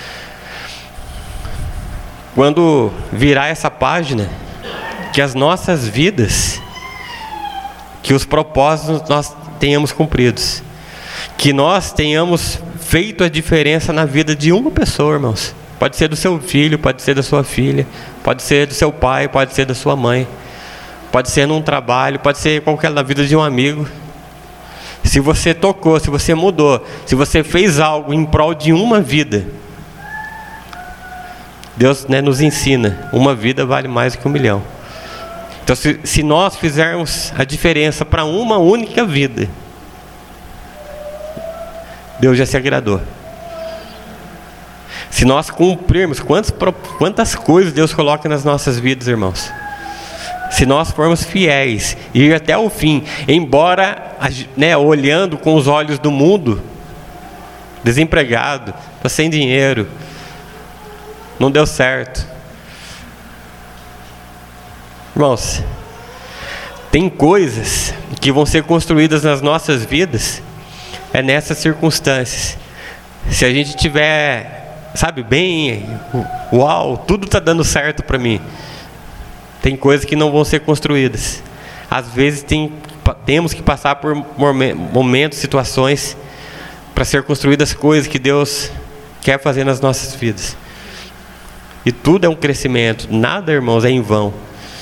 Quando virar essa página, que as nossas vidas, que os propósitos nós tenhamos cumpridos, que nós tenhamos feito a diferença na vida de uma pessoa, irmãos. Pode ser do seu filho, pode ser da sua filha, pode ser do seu pai, pode ser da sua mãe, pode ser num trabalho, pode ser qualquer na vida de um amigo. Se você tocou, se você mudou, se você fez algo em prol de uma vida, Deus nos ensina, uma vida vale mais do que 1 milhão. Então se nós fizermos a diferença para uma única vida, Deus já se agradou. Se nós cumprirmos, quantas coisas Deus coloca nas nossas vidas, irmãos. Se nós formos fiéis e ir até o fim, embora olhando com os olhos do mundo, desempregado, está sem dinheiro, não deu certo. Irmãos, tem coisas que vão ser construídas nas nossas vidas, nessas circunstâncias. Se a gente tiver, bem, uau, tudo está dando certo para mim, tem coisas que não vão ser construídas. Às vezes temos que passar por momentos, situações, para ser construídas coisas que Deus quer fazer nas nossas vidas. E tudo é um crescimento, nada, irmãos, é em vão.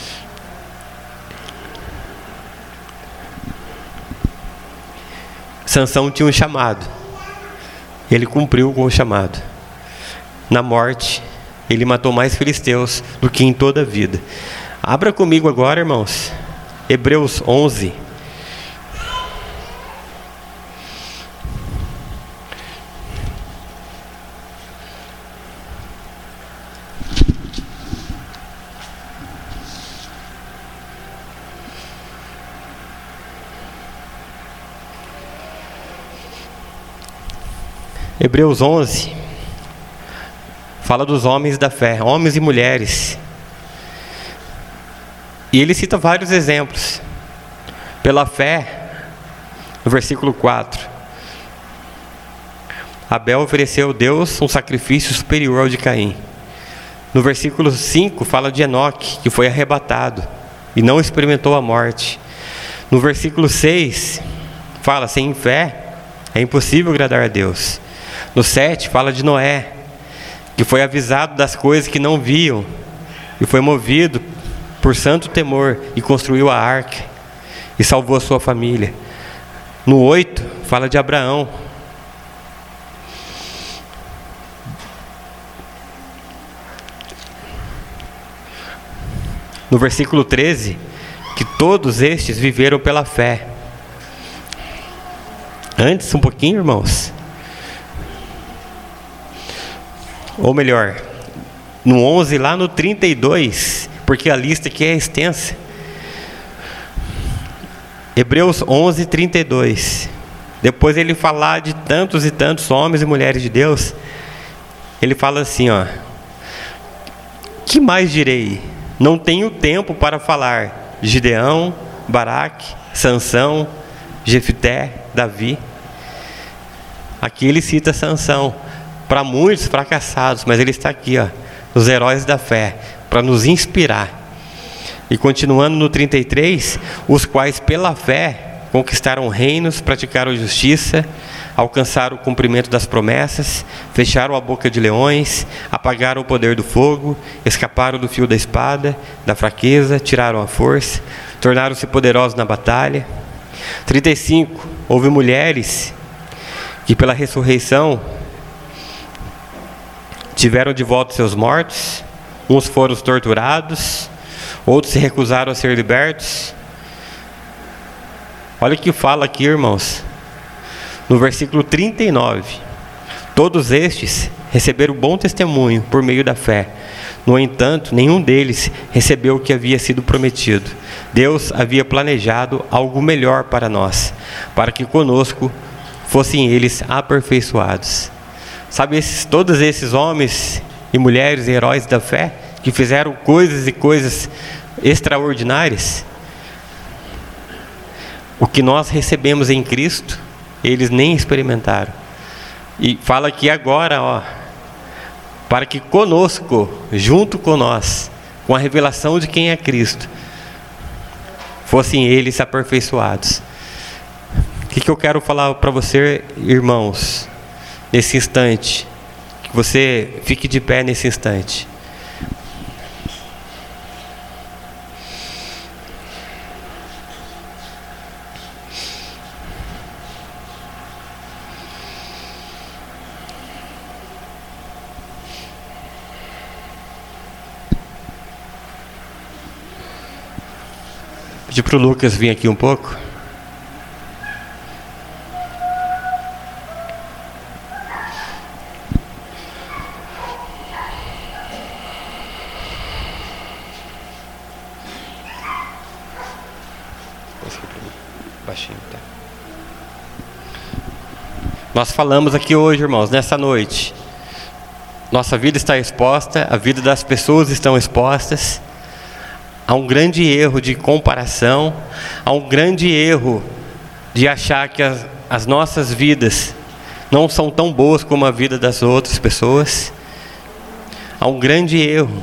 Sansão tinha um chamado, ele cumpriu com o chamado. Na morte, ele matou mais filisteus do que em toda a vida. Abra comigo agora, irmãos, Hebreus 11. Hebreus 11 fala dos homens da fé, homens e mulheres. E ele cita vários exemplos. Pela fé, no versículo 4, Abel ofereceu a Deus um sacrifício superior ao de Caim. No versículo 5 fala de Enoque, que foi arrebatado e não experimentou a morte. No versículo 6 fala, sem fé é impossível agradar a Deus. No 7 fala de Noé, que foi avisado das coisas que não viam e foi movido por santo temor e construiu a arca e salvou a sua família. No 8 fala de Abraão. No versículo 13, que todos estes viveram pela fé. Antes, um pouquinho, irmãos. Ou melhor, no 11, lá no 32, porque a lista aqui é extensa. Hebreus 11, 32. Depois ele falar de tantos e tantos homens e mulheres de Deus, ele fala assim, ó: que mais direi? Não tenho tempo para falar de Gideão, Baraque, Sansão, Jefté, Davi. Aqui ele cita Sansão, para muitos fracassados, mas ele está aqui, ó, nos heróis da fé, para nos inspirar. E continuando no 33, os quais pela fé conquistaram reinos, praticaram justiça, alcançaram o cumprimento das promessas, fecharam a boca de leões, apagaram o poder do fogo, escaparam do fio da espada, da fraqueza, tiraram a força, tornaram-se poderosos na batalha. 35, houve mulheres que pela ressurreição tiveram de volta seus mortos, uns foram torturados, outros se recusaram a ser libertos. Olha o que fala aqui, irmãos, no versículo 39. Todos estes receberam bom testemunho por meio da fé. No entanto, nenhum deles recebeu o que havia sido prometido. Deus havia planejado algo melhor para nós, para que conosco fossem eles aperfeiçoados. Sabe, todos esses homens e mulheres e heróis da fé, que fizeram coisas e coisas extraordinárias, o que nós recebemos em Cristo, eles nem experimentaram. E fala aqui agora, ó, para que conosco, junto com nós, com a revelação de quem é Cristo, fossem eles aperfeiçoados. O que eu quero falar para você, irmãos, nesse instante? Que você fique de pé nesse instante. Pedir para o Lucas vir aqui um pouco. Baixinho, tá? Nós falamos aqui hoje, irmãos, nessa noite. Nossa vida está exposta, a vida das pessoas estão expostas. Há um grande erro de comparação, há um grande erro de achar que as nossas vidas não são tão boas como a vida das outras pessoas. Há um grande erro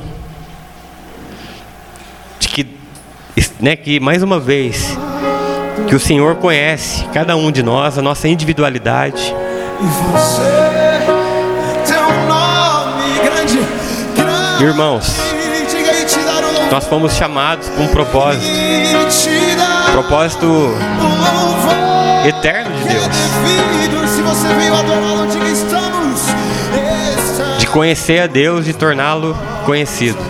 de que mais uma vez, que o Senhor conhece cada um de nós, a nossa individualidade. E você tem um nome grande. Irmãos, nós fomos chamados com um propósito eterno de Deus, de conhecer a Deus, de torná-lo conhecido.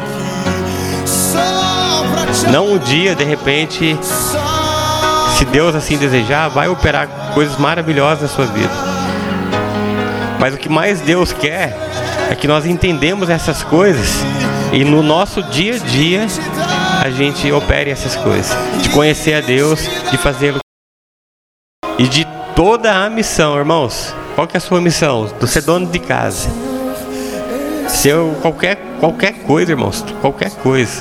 Não um dia, de repente, se Deus assim desejar, vai operar coisas maravilhosas na sua vida. Mas o que mais Deus quer é que nós entendemos essas coisas e no nosso dia a dia a gente opere essas coisas, de conhecer a Deus, de fazê-lo e de toda a missão, irmãos. Qual que é a sua missão? Você é dono de casa. Qualquer coisa, irmãos, qualquer coisa.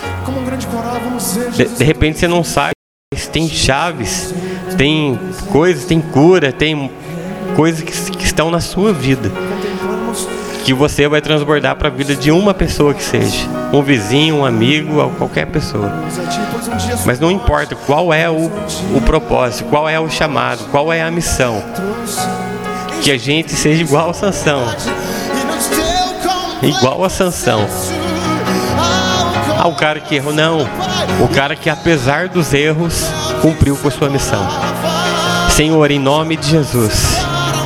De repente você não sabe, tem chaves, tem coisas, tem cura, tem coisas que estão na sua vida, que você vai transbordar para a vida de uma pessoa que seja, um vizinho, um amigo, ou qualquer pessoa. Mas não importa qual é o propósito, qual é o chamado, qual é a missão, que a gente seja igual a Sansão. Igual a Sansão. O cara que errou, não. O cara que, apesar dos erros, cumpriu com a sua missão. Senhor, em nome de Jesus,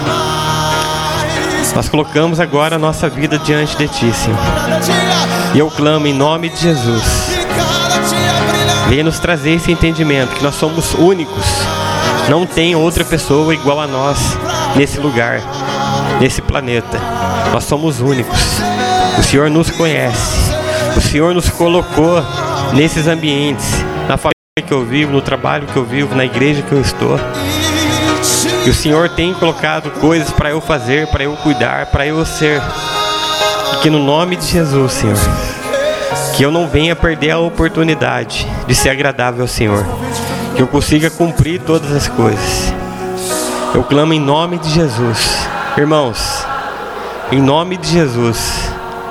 nós colocamos agora a nossa vida diante de Ti, Senhor. E eu clamo em nome de Jesus, venha nos trazer esse entendimento, que nós somos únicos. Não tem outra pessoa igual a nós nesse lugar, nesse planeta. Nós somos únicos. O Senhor nos conhece. O Senhor nos colocou nesses ambientes, na família que eu vivo, no trabalho que eu vivo, na igreja que eu estou. E o Senhor tem colocado coisas para eu fazer, para eu cuidar, para eu ser. E que no nome de Jesus, Senhor, que eu não venha perder a oportunidade de ser agradável ao Senhor. Que eu consiga cumprir todas as coisas. Eu clamo em nome de Jesus. Irmãos, em nome de Jesus,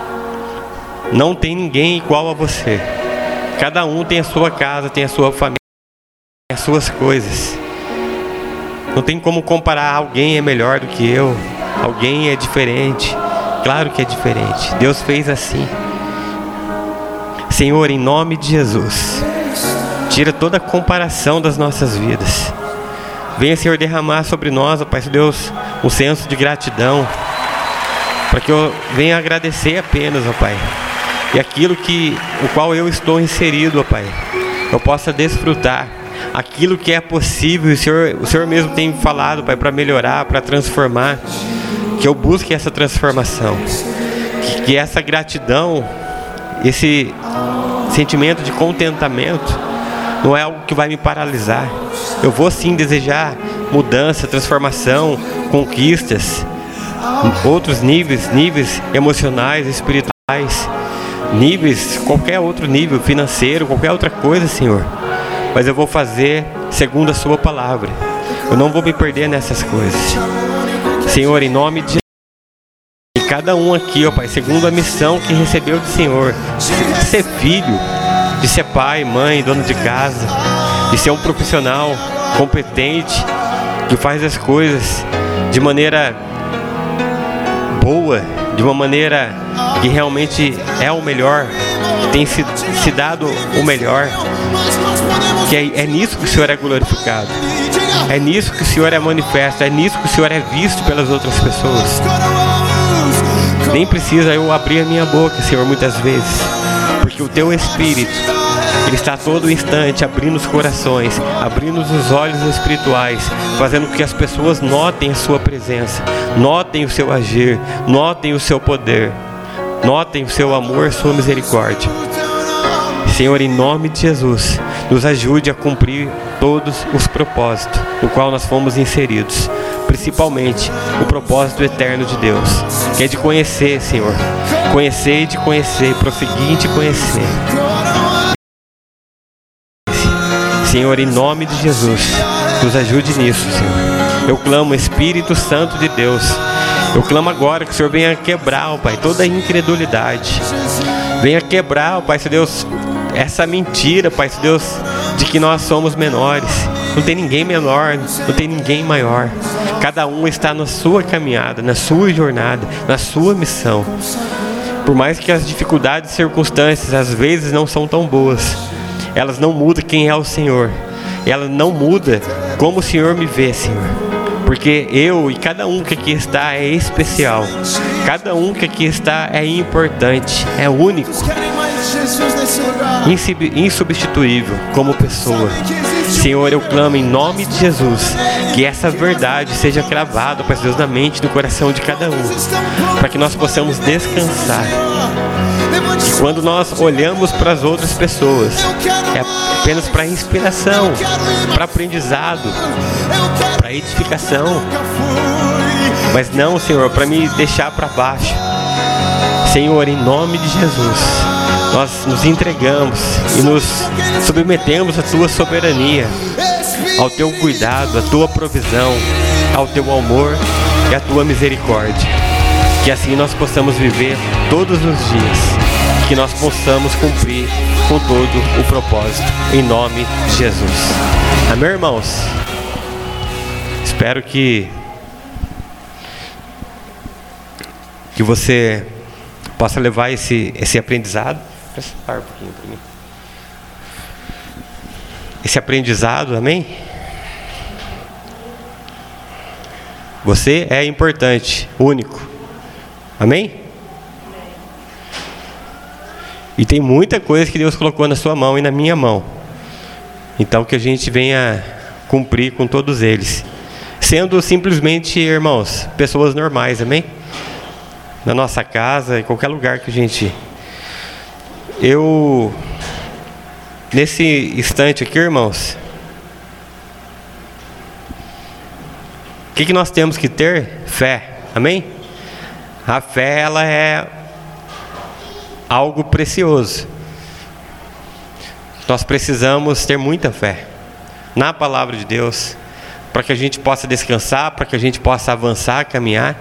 não tem ninguém igual a você. Cada um tem a sua casa, tem a sua família, tem as suas coisas. Não tem como comparar. Alguém é melhor do que eu, alguém é diferente. Claro que é diferente. Deus fez assim. Senhor, em nome de Jesus, tira toda a comparação das nossas vidas. Venha, Senhor, derramar sobre nós, ó Pai Deus, um senso de gratidão, para que eu venha agradecer apenas, ó Pai, e aquilo o qual eu estou inserido, ó Pai, eu possa desfrutar aquilo que é possível. O Senhor mesmo tem falado, Pai, para melhorar, para transformar, que eu busque essa transformação, que essa gratidão, esse sentimento de contentamento não é algo que vai me paralisar. Eu vou sim desejar mudança, transformação, conquistas, outros níveis emocionais, espirituais, níveis, qualquer outro nível financeiro, qualquer outra coisa, Senhor. Mas eu vou fazer segundo a Sua palavra. Eu não vou me perder nessas coisas. Senhor, em nome de e cada um aqui, ó Pai, segundo a missão que recebeu do Senhor, de ser filho, de ser pai, mãe, dono de casa, de ser um profissional competente, que faz as coisas de maneira boa, de uma maneira que realmente é o melhor, que tem se dado o melhor, que é nisso que o Senhor é glorificado, é nisso que o Senhor é manifesto, é nisso que o Senhor é visto pelas outras pessoas. Nem precisa eu abrir a minha boca, Senhor, muitas vezes, porque o Teu Espírito, Ele está a todo instante abrindo os corações, abrindo os olhos espirituais, fazendo com que as pessoas notem a Sua presença, notem o Seu agir, notem o Seu poder, notem o Seu amor, Sua misericórdia. Senhor, em nome de Jesus, nos ajude a cumprir todos os propósitos no qual nós fomos inseridos, principalmente o propósito eterno de Deus, que é de conhecer, Senhor, conhecer e de conhecer, prosseguir e de conhecer. Senhor, em nome de Jesus, nos ajude nisso, Senhor. Eu clamo, Espírito Santo de Deus, eu clamo agora que o Senhor venha quebrar, ó Pai, toda a incredulidade. Venha quebrar, ó Pai, Deus, essa mentira, Pai, Deus, de que nós somos menores. Não tem ninguém menor, não tem ninguém maior. Cada um está na sua caminhada, na sua jornada, na sua missão. Por mais que as dificuldades e circunstâncias às vezes não são tão boas, elas não mudam quem é o Senhor. Ela não muda como o Senhor me vê, Senhor. Porque eu e cada um que aqui está é especial. Cada um que aqui está é importante, é único. Jesus nesse lugar. insubstituível como pessoa. Senhor, eu clamo em nome de Jesus que essa verdade seja cravada, Pai Deus, na mente e no coração de cada um, para que nós possamos descansar. E quando nós olhamos para as outras pessoas, é apenas para inspiração, para aprendizado, para edificação, mas não, Senhor, para me deixar para baixo. Senhor, em nome de Jesus, nós nos entregamos e nos submetemos à Tua soberania, ao Teu cuidado, à Tua provisão, ao Teu amor e à Tua misericórdia. Que assim nós possamos viver todos os dias, que nós possamos cumprir com todo o propósito, em nome de Jesus. Amém, irmãos? Espero que você possa levar esse aprendizado. Um pouquinho para mim. Esse aprendizado, amém? Você é importante, único. Amém? E tem muita coisa que Deus colocou na sua mão e na minha mão. Então que a gente venha cumprir com todos eles, sendo simplesmente, irmãos, pessoas normais, amém? Na nossa casa, em qualquer lugar que a gente... Nesse instante aqui, irmãos, o que nós temos que ter? Fé, amém? A fé, ela é algo precioso. Nós precisamos ter muita fé na palavra de Deus, para que a gente possa descansar, para que a gente possa avançar, caminhar.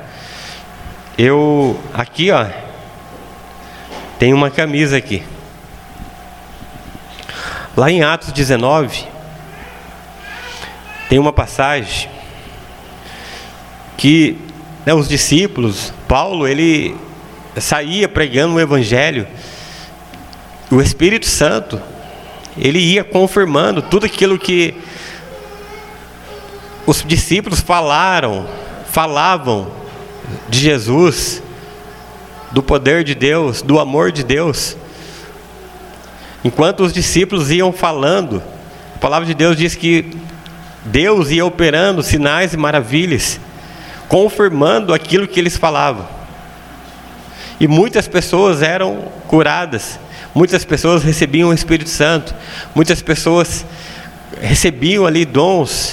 Aqui, ó, tem uma camisa aqui. Lá em Atos 19, tem uma passagem que, né, os discípulos, Paulo, ele saía pregando o Evangelho. O Espírito Santo, ele ia confirmando tudo aquilo que os discípulos falavam de Jesus, do poder de Deus, do amor de Deus. Enquanto os discípulos iam falando, a palavra de Deus diz que Deus ia operando sinais e maravilhas, confirmando aquilo que eles falavam. E muitas pessoas eram curadas, muitas pessoas recebiam o Espírito Santo, muitas pessoas recebiam ali dons.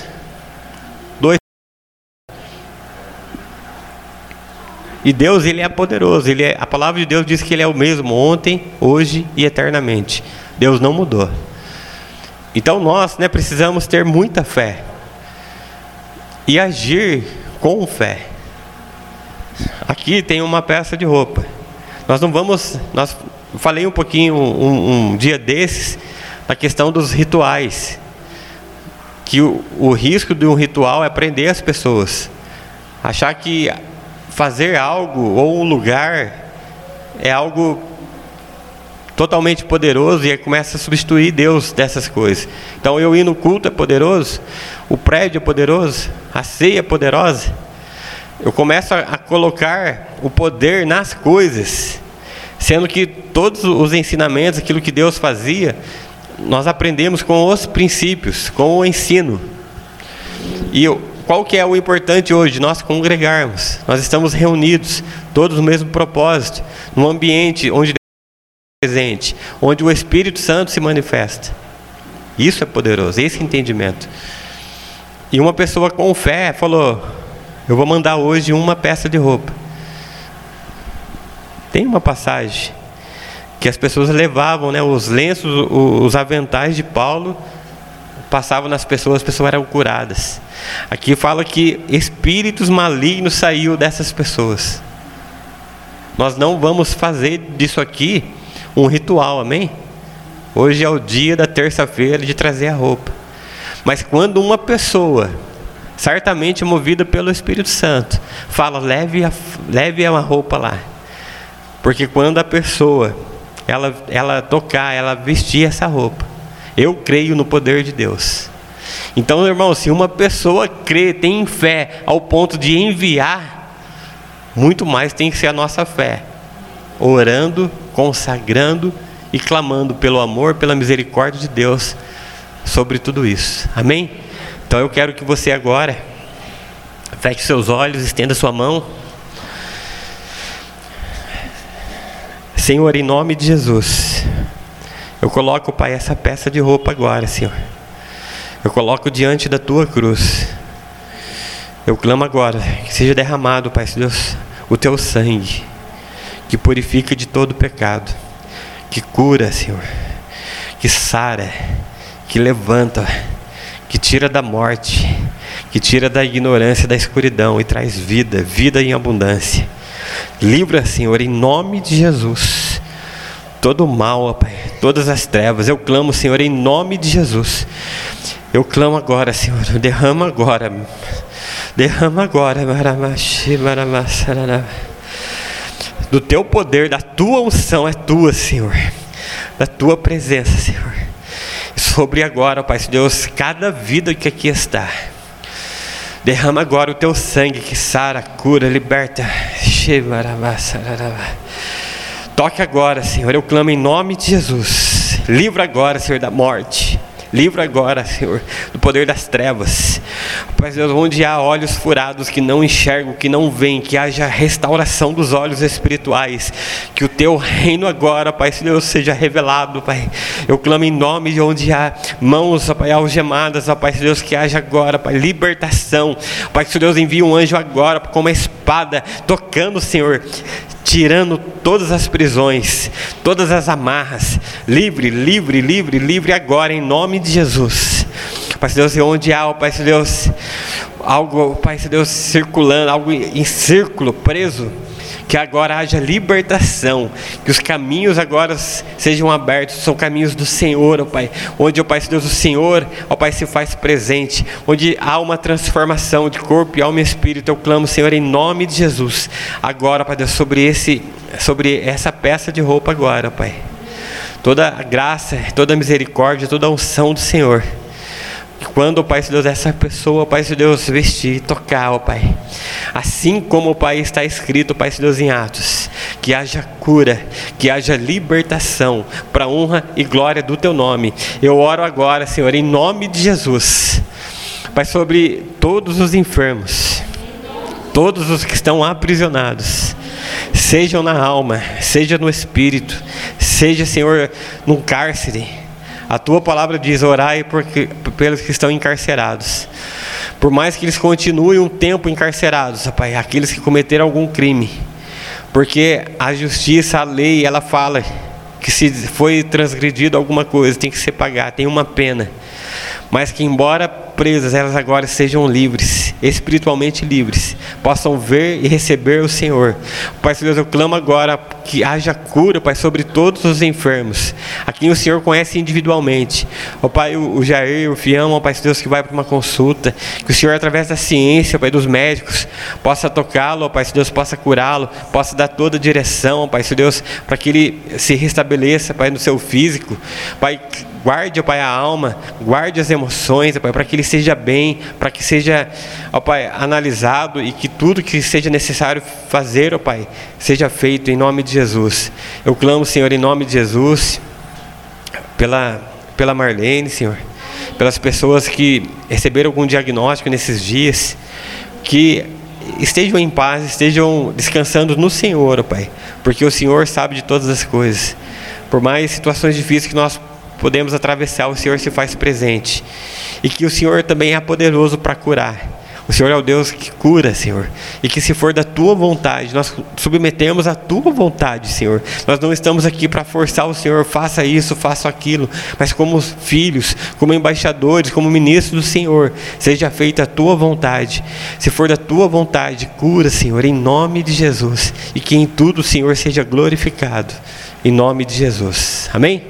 E Deus, ele é poderoso, a palavra de Deus diz que ele é o mesmo ontem, hoje e eternamente. Deus não mudou. Então nós, né, precisamos ter muita fé e agir com fé. Aqui tem uma peça de roupa. Eu falei um pouquinho um dia desses na questão dos rituais, que o risco de um ritual é prender as pessoas, achar que fazer algo ou um lugar é algo totalmente poderoso e aí começa a substituir Deus dessas coisas. Então eu ir no culto é poderoso, o prédio é poderoso, a ceia é poderosa. Eu começo a colocar o poder nas coisas, sendo que todos os ensinamentos, aquilo que Deus fazia, nós aprendemos com os princípios, com o ensino. E qual que é o importante hoje? Nós congregarmos. Nós estamos reunidos, todos no mesmo propósito, num ambiente onde Deus é presente, onde o Espírito Santo se manifesta. Isso é poderoso, esse entendimento. E uma pessoa com fé falou: eu vou mandar hoje uma peça de roupa. Tem uma passagem que as pessoas levavam, né, os lenços, os aventais de Paulo, passavam nas pessoas, as pessoas eram curadas. Aqui fala que espíritos malignos saíram dessas pessoas. Nós não vamos fazer disso aqui um ritual, amém? Hoje é o dia da terça-feira de trazer a roupa. Mas quando uma pessoa, certamente movida pelo Espírito Santo, fala: leve uma roupa lá. Porque quando a pessoa, ela tocar, ela vestir essa roupa, eu creio no poder de Deus. Então, irmão, se uma pessoa crê, tem fé ao ponto de enviar, muito mais tem que ser a nossa fé, orando, consagrando e clamando pelo amor, pela misericórdia de Deus sobre tudo isso. Amém? Então eu quero que você agora feche seus olhos, estenda sua mão. Senhor, em nome de Jesus, eu coloco, Pai, essa peça de roupa agora, Senhor. Eu coloco diante da Tua cruz. Eu clamo agora que seja derramado, Pai Deus, o Teu sangue, que purifica de todo pecado, que cura, Senhor, que sara, que levanta, que tira da morte, que tira da ignorância, da escuridão e traz vida, vida em abundância. Livra, Senhor, em nome de Jesus, todo o mal, ó Pai, todas as trevas. Eu clamo, Senhor, em nome de Jesus. Eu clamo agora, Senhor, derrama agora, do Teu poder, da Tua unção, é Tua, Senhor, da Tua presença, Senhor, sobre agora, ó Pai Deus, cada vida que aqui está. Derrama agora o Teu sangue que sara, cura, liberta. Toque agora, Senhor, eu clamo em nome de Jesus. Livra agora, Senhor, da morte. Livra agora, Senhor, do poder das trevas. Pai Deus, onde há olhos furados que não enxergam, que não veem, que haja restauração dos olhos espirituais. Que o Teu reino agora, Pai Deus, seja revelado, Pai. Eu clamo em nome de onde há mãos, Pai, algemadas, Pai Deus, que haja agora, Pai, libertação. Pai Deus, envia um anjo agora com uma espada, tocando, Senhor, tirando todas as prisões, todas as amarras. Livre, livre, livre, livre agora em nome de Jesus. Pai Deus, onde há, Pai Deus, algo, Pai Deus, circulando, algo em círculo, preso, que agora haja libertação, que os caminhos agora sejam abertos, são caminhos do Senhor, ó Pai, onde, ó Pai Deus, o Senhor, ó Pai, se faz presente, onde há uma transformação de corpo e alma e espírito. Eu clamo, Senhor, em nome de Jesus, agora, Pai Deus, sobre essa peça de roupa agora, ó Pai, toda a graça, toda a misericórdia, toda a unção do Senhor. Quando, ó Pai Deus, essa pessoa, ó Pai Deus, vestir, tocar, ó Pai, assim como, ó Pai, está escrito, ó Pai Deus, em Atos, que haja cura, que haja libertação, para a honra e glória do Teu nome. Eu oro agora, Senhor, em nome de Jesus, Pai, sobre todos os enfermos, todos os que estão aprisionados, sejam na alma, seja no espírito, seja, Senhor, num cárcere. A Tua palavra diz: orai pelos que estão encarcerados. Por mais que eles continuem um tempo encarcerados, Pai, aqueles que cometeram algum crime, porque a justiça, a lei, ela fala que se foi transgredido alguma coisa, tem que ser pagado, tem uma pena. Mas que, embora presas, elas agora sejam livres, espiritualmente livres, possam ver e receber o Senhor. Pai Deus, eu clamo agora que haja cura, Pai, sobre todos os enfermos, a quem o Senhor conhece individualmente. Ó Pai, o Jair, o Fião, ó Pai Deus, que vai para uma consulta, que o Senhor, através da ciência, Pai, dos médicos, possa tocá-lo, ó Pai Deus, possa curá-lo, possa dar toda a direção, ó Pai Deus, para que ele se restabeleça, Pai, no seu físico. Pai, guarde, ó Pai, a alma, guarde as emoções, ó Pai, para que ele seja bem, para que seja, ó Pai, analisado, e que tudo que seja necessário fazer, ó Pai, seja feito em nome de Jesus. Eu clamo, Senhor, em nome de Jesus, pela Marlene, Senhor, pelas pessoas que receberam algum diagnóstico nesses dias, que estejam em paz, estejam descansando no Senhor, ó Pai, porque o Senhor sabe de todas as coisas. Por mais situações difíceis que nós podemos atravessar, o Senhor se faz presente, e que o Senhor também é poderoso para curar. O Senhor é o Deus que cura, Senhor, e que, se for da Tua vontade, nós submetemos a Tua vontade, Senhor. Nós não estamos aqui para forçar o Senhor, faça isso, faça aquilo, mas como filhos, como embaixadores, como ministros do Senhor, seja feita a Tua vontade. Se for da Tua vontade, cura, Senhor, em nome de Jesus, e que em tudo o Senhor seja glorificado, em nome de Jesus. Amém?